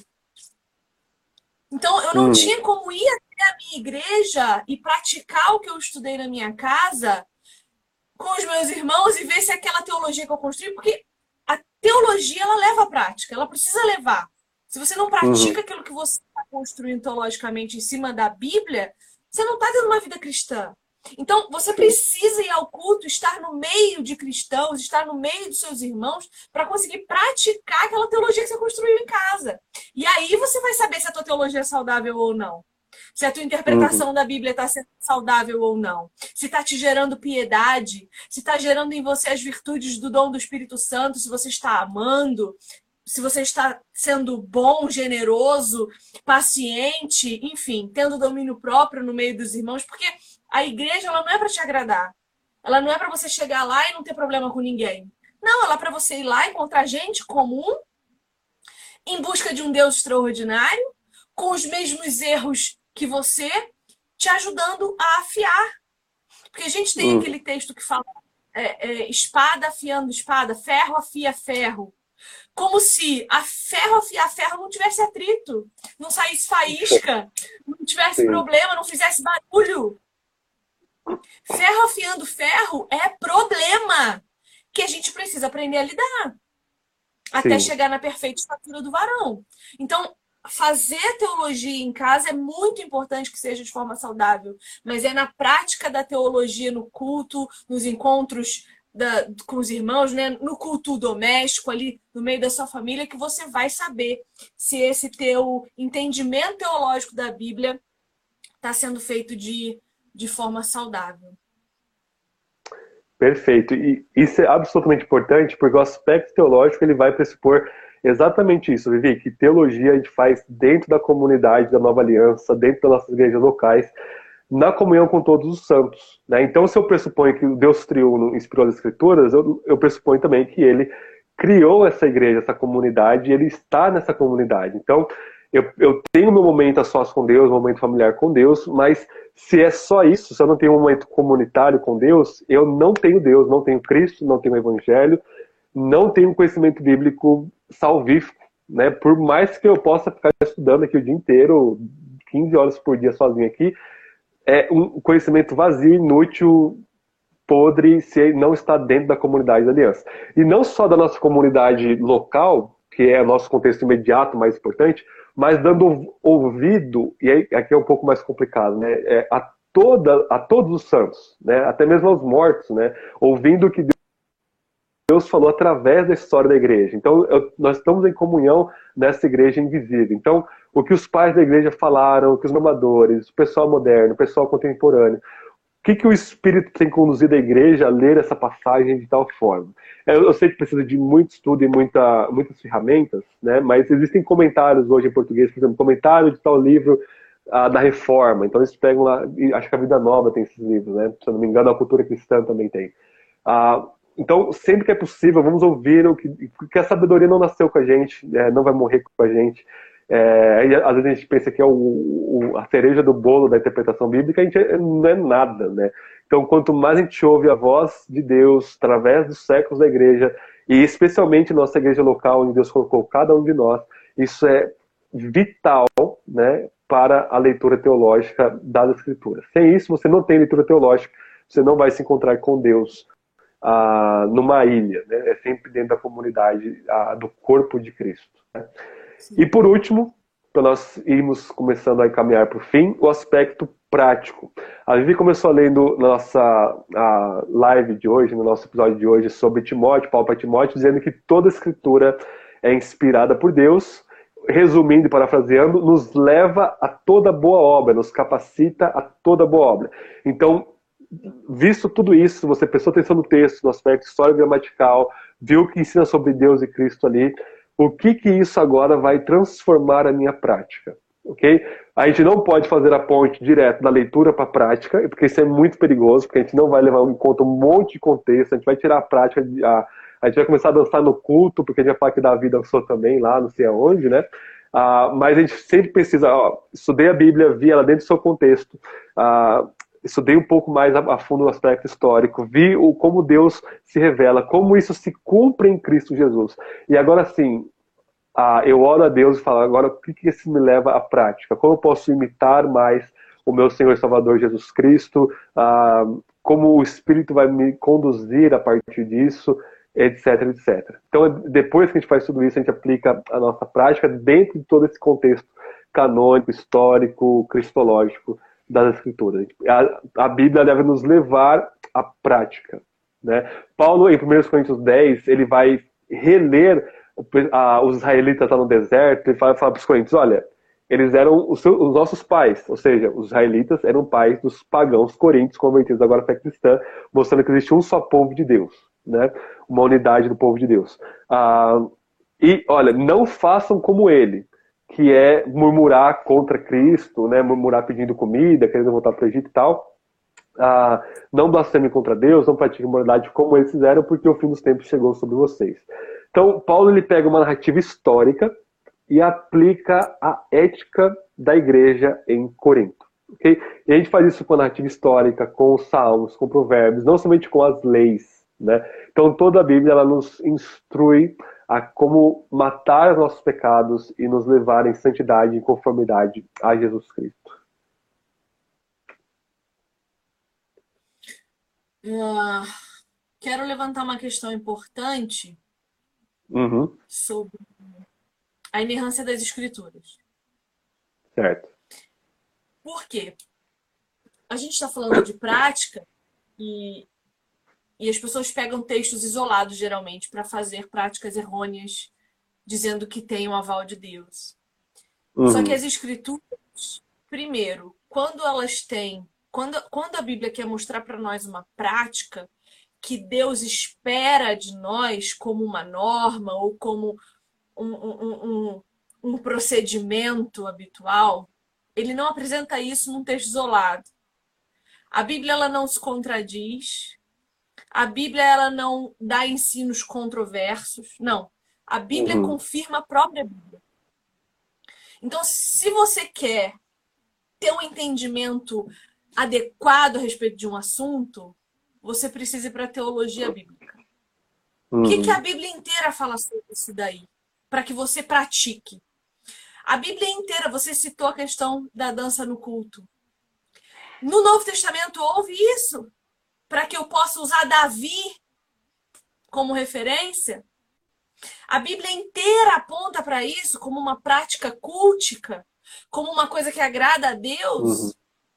Então, eu não Uhum. tinha como ir até a minha igreja e praticar o que eu estudei na minha casa com os meus irmãos e ver se aquela teologia que eu construí, porque a teologia, ela leva à prática, ela precisa levar. Se você não pratica Uhum. aquilo que você está construindo teologicamente em cima da Bíblia, você não está tendo uma vida cristã. Então, você Sim. precisa ir ao culto, estar no meio de cristãos, estar no meio dos seus irmãos, para conseguir praticar aquela teologia que você construiu em casa. E aí você vai saber se a tua teologia é saudável ou não. Se a tua Uhum. interpretação da Bíblia está sendo saudável ou não. Se está te gerando piedade, se está gerando em você as virtudes do dom do Espírito Santo, se você está amando, se você está sendo bom, generoso, paciente, enfim, tendo domínio próprio no meio dos irmãos, porque a igreja ela não é para te agradar. Ela não é para você chegar lá e não ter problema com ninguém. Não, ela é para você ir lá e encontrar gente comum, em busca de um Deus extraordinário, com os mesmos erros que você, te ajudando a afiar. Porque a gente tem Uhum. aquele texto que fala espada afiando espada, ferro afia ferro. Como se a ferro afiar ferro não tivesse atrito, não saísse faísca, não tivesse Sim. problema, não fizesse barulho. Ferro afiando ferro é problema que a gente precisa aprender a lidar até Sim. chegar na perfeita estatura do varão. Então, fazer teologia em casa é muito importante que seja de forma saudável, mas é na prática da teologia no culto, nos encontros com os irmãos, né? No culto doméstico, ali no meio da sua família, que você vai saber se esse teu entendimento teológico da Bíblia está sendo feito de forma saudável. Perfeito. E isso é absolutamente importante porque o aspecto teológico ele vai pressupor exatamente isso, Vivi, que teologia a gente faz dentro da comunidade da Nova Aliança, dentro das nossas igrejas locais, na comunhão com todos os santos. Né? Então, se eu pressuponho que Deus inspirou as Escrituras, eu pressuponho também que ele criou essa igreja, essa comunidade, e ele está nessa comunidade. Então, eu tenho meu momento a sós com Deus, meu momento familiar com Deus, mas se é só isso, se eu não tenho um momento comunitário com Deus, eu não tenho Deus, não tenho Cristo, não tenho Evangelho, não tenho conhecimento bíblico salvífico. Né? Por mais que eu possa ficar estudando aqui o dia inteiro, 15 horas por dia sozinho aqui, é um conhecimento vazio, inútil, podre, se não está dentro da comunidade da Aliança. E não só da nossa comunidade local, que é o nosso contexto imediato mais importante, mas dando ouvido, e aí, aqui é um pouco mais complicado, né, a todos os santos, né, até mesmo aos mortos, né, ouvindo o que Deus falou através da história da igreja. Então, nós estamos em comunhão nessa igreja invisível. Então, o que os pais da igreja falaram, o que os normadores, o pessoal moderno, o pessoal contemporâneo, o que o Espírito tem conduzido a igreja a ler essa passagem de tal forma? Eu sei que precisa de muito estudo e muitas ferramentas, né? Mas existem comentários hoje em português, por exemplo, comentário de tal livro da Reforma. Então eles pegam lá, e acho que a Vida Nova tem esses livros, né? Se eu não me engano, a Cultura Cristã também tem. Ah, Então, sempre que é possível, vamos ouvir que a sabedoria não nasceu com a gente, não vai morrer com a gente. E às vezes a gente pensa que é a cereja do bolo da interpretação bíblica, a gente não é nada, né? Então, quanto mais a gente ouve a voz de Deus através dos séculos da igreja, e especialmente nossa igreja local, onde Deus colocou cada um de nós, isso é vital, né, para a leitura teológica das Escrituras. Sem isso, você não tem leitura teológica, você não vai se encontrar com Deus numa ilha, né? É sempre dentro da comunidade do corpo de Cristo, né? E por último, para nós irmos começando a caminhar para o fim, o aspecto prático. A Vivi começou lendo a live de hoje, no nosso episódio de hoje, sobre Timóteo, Paulo para Timóteo, dizendo que toda a Escritura é inspirada por Deus, resumindo e parafraseando, nos leva a toda boa obra, nos capacita a toda boa obra. Então, visto tudo isso, você prestou atenção no texto, no aspecto histórico-gramatical, viu que ensina sobre Deus e Cristo ali, o que isso agora vai transformar a minha prática? Ok? A gente não pode fazer a ponte direto da leitura para a prática, porque isso é muito perigoso, porque a gente não vai levar em conta um monte de contexto, a gente vai tirar a prática, a gente vai começar a dançar no culto, porque a gente vai falar que Davi dançou também lá, não sei aonde, né? Mas a gente sempre precisa, estudei a Bíblia, vi ela dentro do seu contexto, estudei um pouco mais a fundo o aspecto histórico, vi como Deus se revela, como isso se cumpre em Cristo Jesus. E agora sim, eu oro a Deus e falo, agora o que isso me leva à prática? Como eu posso imitar mais o meu Senhor e Salvador Jesus Cristo? Como o Espírito vai me conduzir a partir disso? Etc, etc. Então, depois que a gente faz tudo isso, a gente aplica a nossa prática dentro de todo esse contexto canônico, histórico, cristológico das Escrituras. A Bíblia deve nos levar à prática, né? Paulo, em 1 Coríntios 10, ele vai reler os israelitas lá no deserto e fala para os coríntios, olha, eles eram os nossos pais, ou seja, os israelitas eram pais dos pagãos coríntios convertidos agora à fé cristã, mostrando que existe um só povo de Deus, né? Uma unidade do povo de Deus. E, olha, não façam como ele, que é murmurar contra Cristo, né? Murmurar pedindo comida, querendo voltar para o Egito e tal. Não blasfemem contra Deus, não pratiquem moralidade como eles fizeram, porque o fim dos tempos chegou sobre vocês. Então, Paulo ele pega uma narrativa histórica e aplica a ética da igreja em Corinto. Okay? E a gente faz isso com a narrativa histórica, com os salmos, com provérbios, não somente com as leis, né? Então, toda a Bíblia ela nos instrui a como matar os nossos pecados e nos levar em santidade e conformidade a Jesus Cristo. Quero levantar uma questão importante sobre a inerrância das Escrituras. Certo. Por quê? A gente está falando de prática e as pessoas pegam textos isolados, geralmente, para fazer práticas errôneas, dizendo que tem o aval de Deus. Só que as Escrituras, primeiro, quando elas têm... Quando a Bíblia quer mostrar para nós uma prática que Deus espera de nós como uma norma ou como um procedimento habitual, ele não apresenta isso num texto isolado. A Bíblia ela não se contradiz, a Bíblia ela não dá ensinos controversos, não. A Bíblia confirma a própria Bíblia. Então, se você quer ter um entendimento adequado a respeito de um assunto, você precisa ir para a teologia bíblica. O que a Bíblia inteira fala sobre isso daí? Para que você pratique. A Bíblia inteira, você citou a questão da dança no culto. No Novo Testamento houve isso? Para que eu possa usar Davi como referência? A Bíblia inteira aponta para isso como uma prática cultica, como uma coisa que agrada a Deus.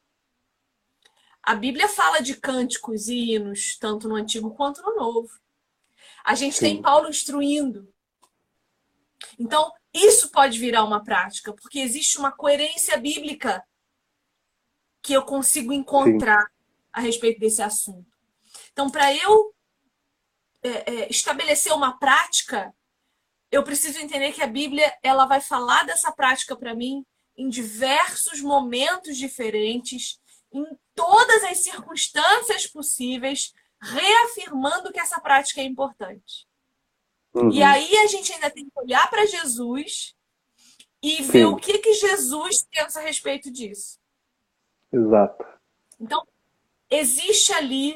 A Bíblia fala de cânticos e hinos, tanto no Antigo quanto no Novo. A gente tem Paulo instruindo. Então, isso pode virar uma prática, porque existe uma coerência bíblica que eu consigo encontrar a respeito desse assunto. Então, para eu estabelecer uma prática, eu preciso entender que a Bíblia ela vai falar dessa prática para mim em diversos momentos diferentes, em todas as circunstâncias possíveis, reafirmando que essa prática é importante. Uhum. E aí a gente ainda tem que olhar para Jesus e ver Sim. o que Jesus pensa a respeito disso. Exato. Então, existe ali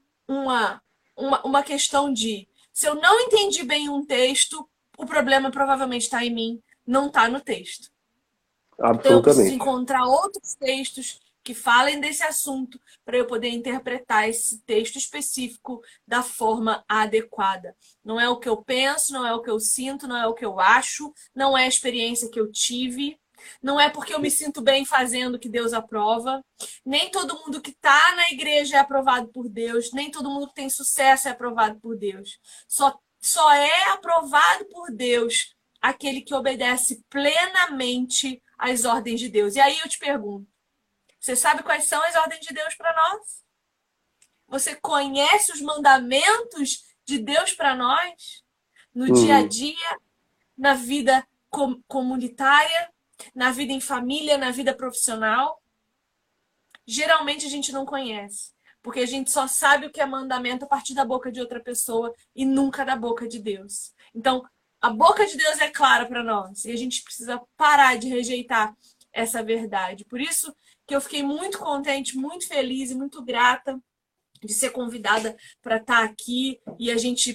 uma questão de, se eu não entendi bem um texto, o problema provavelmente está em mim, não está no texto. Então, eu preciso Absolutamente. encontrar outros textos que falem desse assunto para eu poder interpretar esse texto específico da forma adequada. Não é o que eu penso, não é o que eu sinto, não é o que eu acho, não é a experiência que eu tive, não é porque eu me sinto bem fazendo que Deus aprova. Nem todo mundo que está na igreja é aprovado por Deus, nem todo mundo que tem sucesso é aprovado por Deus. Só é aprovado por Deus aquele que obedece plenamente às ordens de Deus. E aí eu te pergunto, você sabe quais são as ordens de Deus para nós? Você conhece os mandamentos de Deus para nós? No dia a dia, na vida comunitária, na vida em família, na vida profissional? Geralmente a gente não conhece, porque a gente só sabe o que é mandamento a partir da boca de outra pessoa e nunca da boca de Deus. Então, a boca de Deus é clara para nós e a gente precisa parar de rejeitar essa verdade. Por isso que eu fiquei muito contente, muito feliz e muito grata de ser convidada para estar aqui e a gente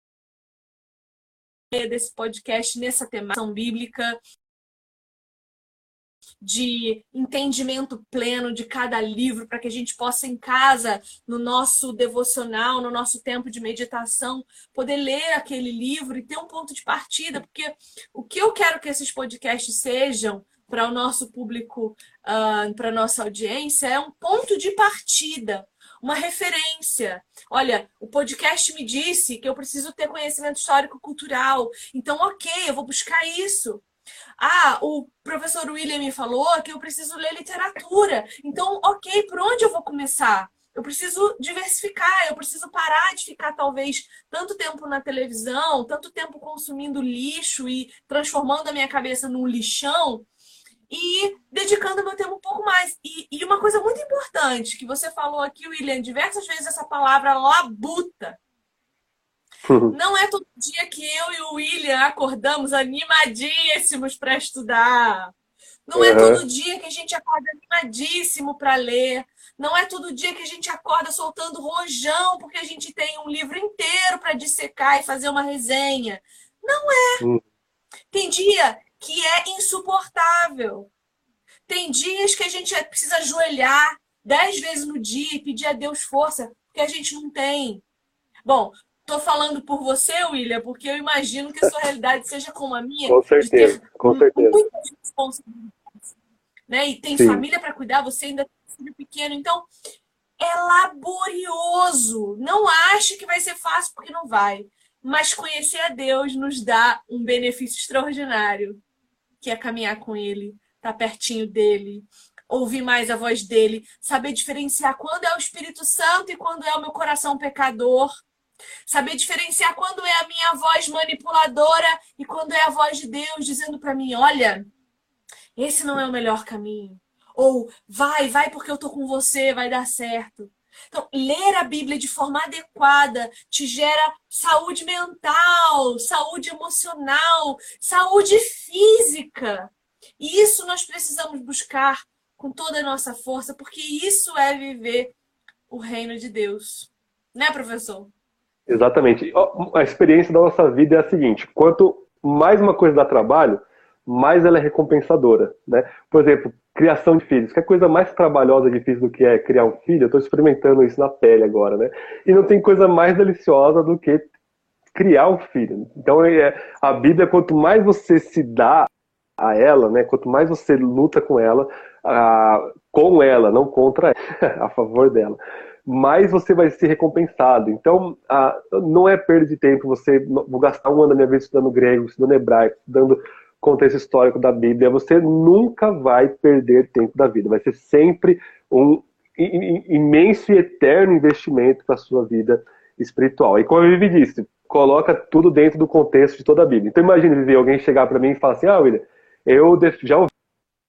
desse podcast nessa temática bíblica, de entendimento pleno de cada livro, para que a gente possa em casa, no nosso devocional, no nosso tempo de meditação, poder ler aquele livro e ter um ponto de partida, porque o que eu quero que esses podcasts sejam para o nosso público, para a nossa audiência, é um ponto de partida, uma referência. Olha, o podcast me disse que eu preciso ter conhecimento histórico-cultural, então ok, eu vou buscar isso. O professor William me falou que eu preciso ler literatura. Então, ok, por onde eu vou começar? Eu preciso diversificar, eu preciso parar de ficar, talvez, tanto tempo na televisão, tanto tempo consumindo lixo e transformando a minha cabeça num lixão e dedicando meu tempo um pouco mais. E uma coisa muito importante que você falou aqui, William, diversas vezes essa palavra labuta. Não é todo dia que eu e o William acordamos animadíssimos para estudar. Não é todo dia que a gente acorda animadíssimo para ler. Não é todo dia que a gente acorda soltando rojão porque a gente tem um livro inteiro para dissecar e fazer uma resenha. Não é. Tem dia que é insuportável. Tem dias que a gente precisa ajoelhar 10 vezes no dia e pedir a Deus força, porque a gente não tem. Bom, estou falando por você, William, porque eu imagino que a sua realidade seja como a minha, com certeza, de ter com certeza. muitas responsabilidades, né? E tem Sim. família para cuidar, você ainda tem um filho pequeno, então é laborioso. Não ache que vai ser fácil, porque não vai. Mas conhecer a Deus nos dá um benefício extraordinário, que é caminhar com Ele, estar pertinho dEle, ouvir mais a voz dEle, saber diferenciar quando é o Espírito Santo e quando é o meu coração pecador, saber diferenciar quando é a minha voz manipuladora e quando é a voz de Deus dizendo para mim, olha, esse não é o melhor caminho. Ou vai porque eu tô com você, vai dar certo. Então, ler a Bíblia de forma adequada te gera saúde mental, saúde emocional, saúde física. E isso nós precisamos buscar com toda a nossa força, porque isso é viver o reino de Deus. Né, professor? Exatamente. A experiência da nossa vida é a seguinte: quanto mais uma coisa dá trabalho, mais ela é recompensadora, né? Por exemplo, criação de filhos. Que é coisa mais trabalhosa e difícil do que é criar um filho? Eu estou experimentando isso na pele agora, né? E não tem coisa mais deliciosa do que criar um filho. Então, a Bíblia, quanto mais você se dá a ela, né? Quanto mais você luta com ela, não contra ela, a favor dela, mais você vai ser recompensado. Então, não é perda de tempo vou gastar um ano da minha vida estudando grego, estudando hebraico, estudando contexto histórico da Bíblia. Você nunca vai perder tempo da vida. Vai ser sempre um imenso e eterno investimento para a sua vida espiritual. E como a Vivi disse, coloca tudo dentro do contexto de toda a Bíblia. Então, imagine, Vivi, alguém chegar para mim e falar assim, William, eu já ouvi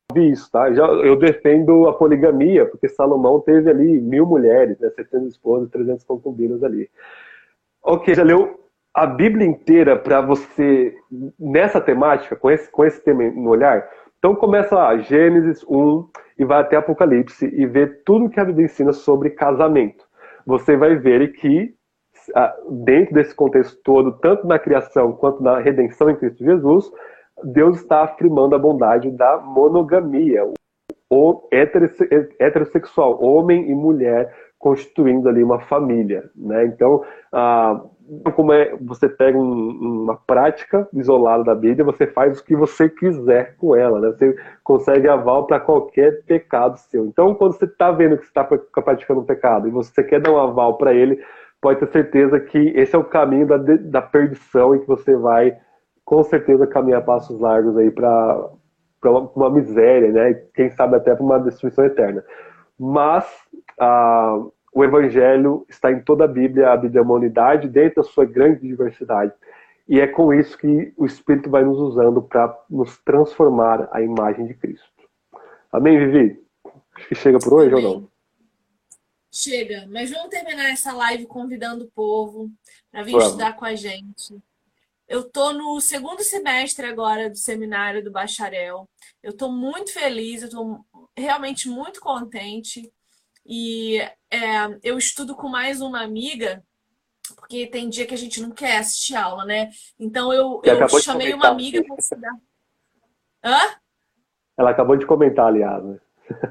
vi isso, tá? Eu defendo a poligamia, porque Salomão teve ali 1000 mulheres, né? 700 esposas, 300 concubinas ali. Ok, já leu a Bíblia inteira para você, nessa temática, com esse tema no olhar? Então começa lá, Gênesis 1 e vai até Apocalipse e vê tudo que a Bíblia ensina sobre casamento. Você vai ver que, dentro desse contexto todo, tanto na criação quanto na redenção em Cristo Jesus, Deus está afirmando a bondade da monogamia, o heterossexual, homem e mulher constituindo ali uma família, né? Então, como você pega uma prática isolada da Bíblia, você faz o que você quiser com ela, né? Você consegue aval para qualquer pecado seu. Então, quando você está vendo que você está praticando um pecado e você quer dar um aval para ele, pode ter certeza que esse é o caminho da perdição e que você vai, com certeza, caminhar passos largos aí para uma miséria, né? Quem sabe até para uma destruição eterna. Mas o Evangelho está em toda a Bíblia é uma unidade dentro da sua grande diversidade. E é com isso que o Espírito vai nos usando para nos transformar à imagem de Cristo. Amém, Vivi? Acho que chega por hoje. Amém. Ou não? Chega, mas vamos terminar essa live convidando o povo para vir estudar com a gente. Eu estou no 2º semestre agora do seminário do bacharel. Eu estou muito feliz, eu estou realmente muito contente. E eu estudo com mais uma amiga, porque tem dia que a gente não quer assistir aula, né? Então eu chamei uma amiga para estudar. Hã? Ela acabou de comentar, aliás, né?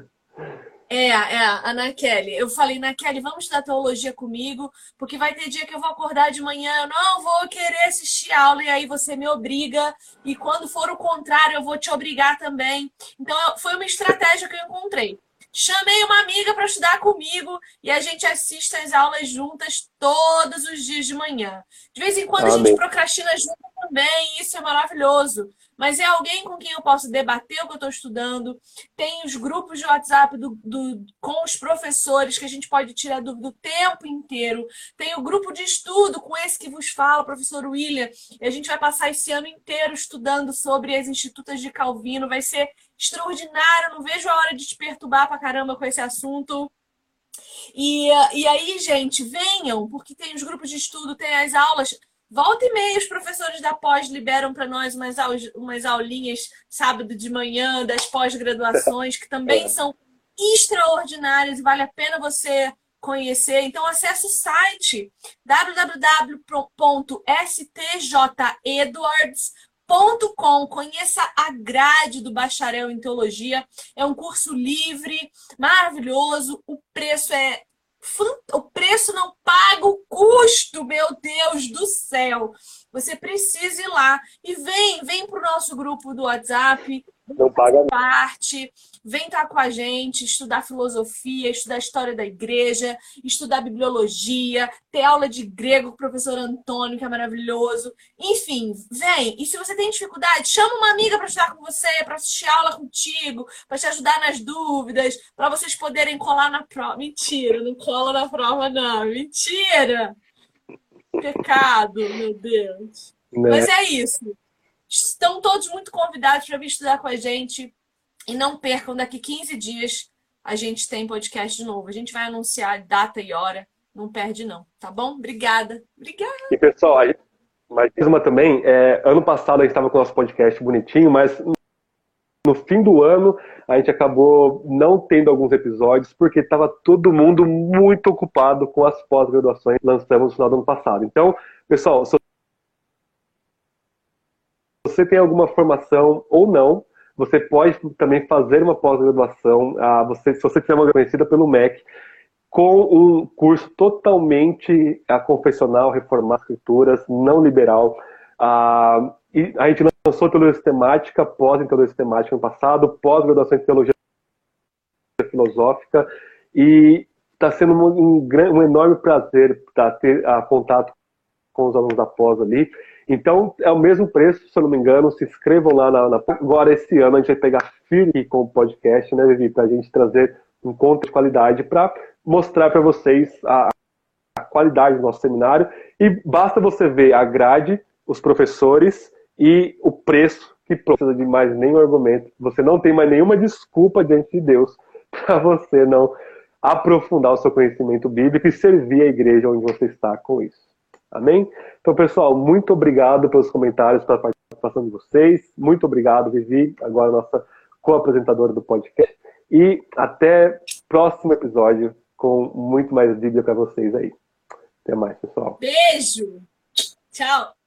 A Ana Kelly. Eu falei, Ana Kelly, vamos estudar teologia comigo, porque vai ter dia que eu vou acordar de manhã, eu não vou querer assistir aula, e aí você me obriga, e quando for o contrário, eu vou te obrigar também. Então, foi uma estratégia que eu encontrei. Chamei uma amiga para estudar comigo e a gente assiste as aulas juntas todos os dias de manhã. De vez em quando a gente procrastina junto também, isso é maravilhoso. Mas é alguém com quem eu posso debater o que eu estou estudando. Tem os grupos de WhatsApp com os professores que a gente pode tirar dúvida o tempo inteiro. Tem o grupo de estudo com esse que vos fala, o professor William. E a gente vai passar esse ano inteiro estudando sobre as Institutas de Calvino. Vai ser extraordinário. Não vejo a hora de te perturbar pra caramba com esse assunto. E aí, gente, venham, porque tem os grupos de estudo, tem as aulas. Volta e meia, os professores da pós liberam para nós umas aulinhas sábado de manhã das pós-graduações, que também são extraordinárias e vale a pena você conhecer. Então, acesse o site www.stjedwards.com. Conheça a grade do Bacharel em Teologia. É um curso livre, maravilhoso. O preço não paga o custo, meu Deus do céu. Você precisa ir lá e vem para o nosso grupo do WhatsApp, não paga parte, vem estar com a gente, estudar filosofia, estudar história da igreja, estudar bibliologia, ter aula de grego com o professor Antônio, que é maravilhoso. Enfim, vem. E se você tem dificuldade, chama uma amiga para estudar com você, para assistir aula contigo, para te ajudar nas dúvidas, para vocês poderem colar na prova. Mentira, não cola na prova, não. Mentira! Pecado, meu Deus. Né? Mas é isso. Estão todos muito convidados para vir estudar com a gente. E não percam, daqui 15 dias a gente tem podcast de novo. A gente vai anunciar data e hora. Não perde, não. Tá bom? Obrigada. Obrigada. E, pessoal, mais uma também. Ano passado a gente estava com o nosso podcast bonitinho, mas no fim do ano a gente acabou não tendo alguns episódios porque estava todo mundo muito ocupado com as pós-graduações que lançamos no final do ano passado. Então, pessoal, se você tem alguma formação ou não, você pode também fazer uma pós-graduação, se você tiver uma conhecida pelo MEC, com um curso totalmente confessional, reformado, escrituras, não liberal. E a gente lançou teologia sistemática, pós em teologia sistemática no passado, pós-graduação em teologia filosófica, e está sendo um enorme prazer ter contato com os alunos da pós ali. Então, é o mesmo preço, se eu não me engano. Se inscrevam lá Agora, esse ano, a gente vai pegar firme com o podcast, né, Vivi? Para a gente trazer um conteúdo de qualidade para mostrar para vocês a qualidade do nosso seminário. E basta você ver a grade, os professores e o preço que precisa de mais nenhum argumento. Você não tem mais nenhuma desculpa diante de Deus para você não aprofundar o seu conhecimento bíblico e servir a igreja onde você está com isso. Amém? Então, pessoal, muito obrigado pelos comentários, pela participação de vocês. Muito obrigado, Vivi, agora nossa co-apresentadora do podcast. E até o próximo episódio com muito mais Bíblia para vocês aí. Até mais, pessoal. Beijo! Tchau!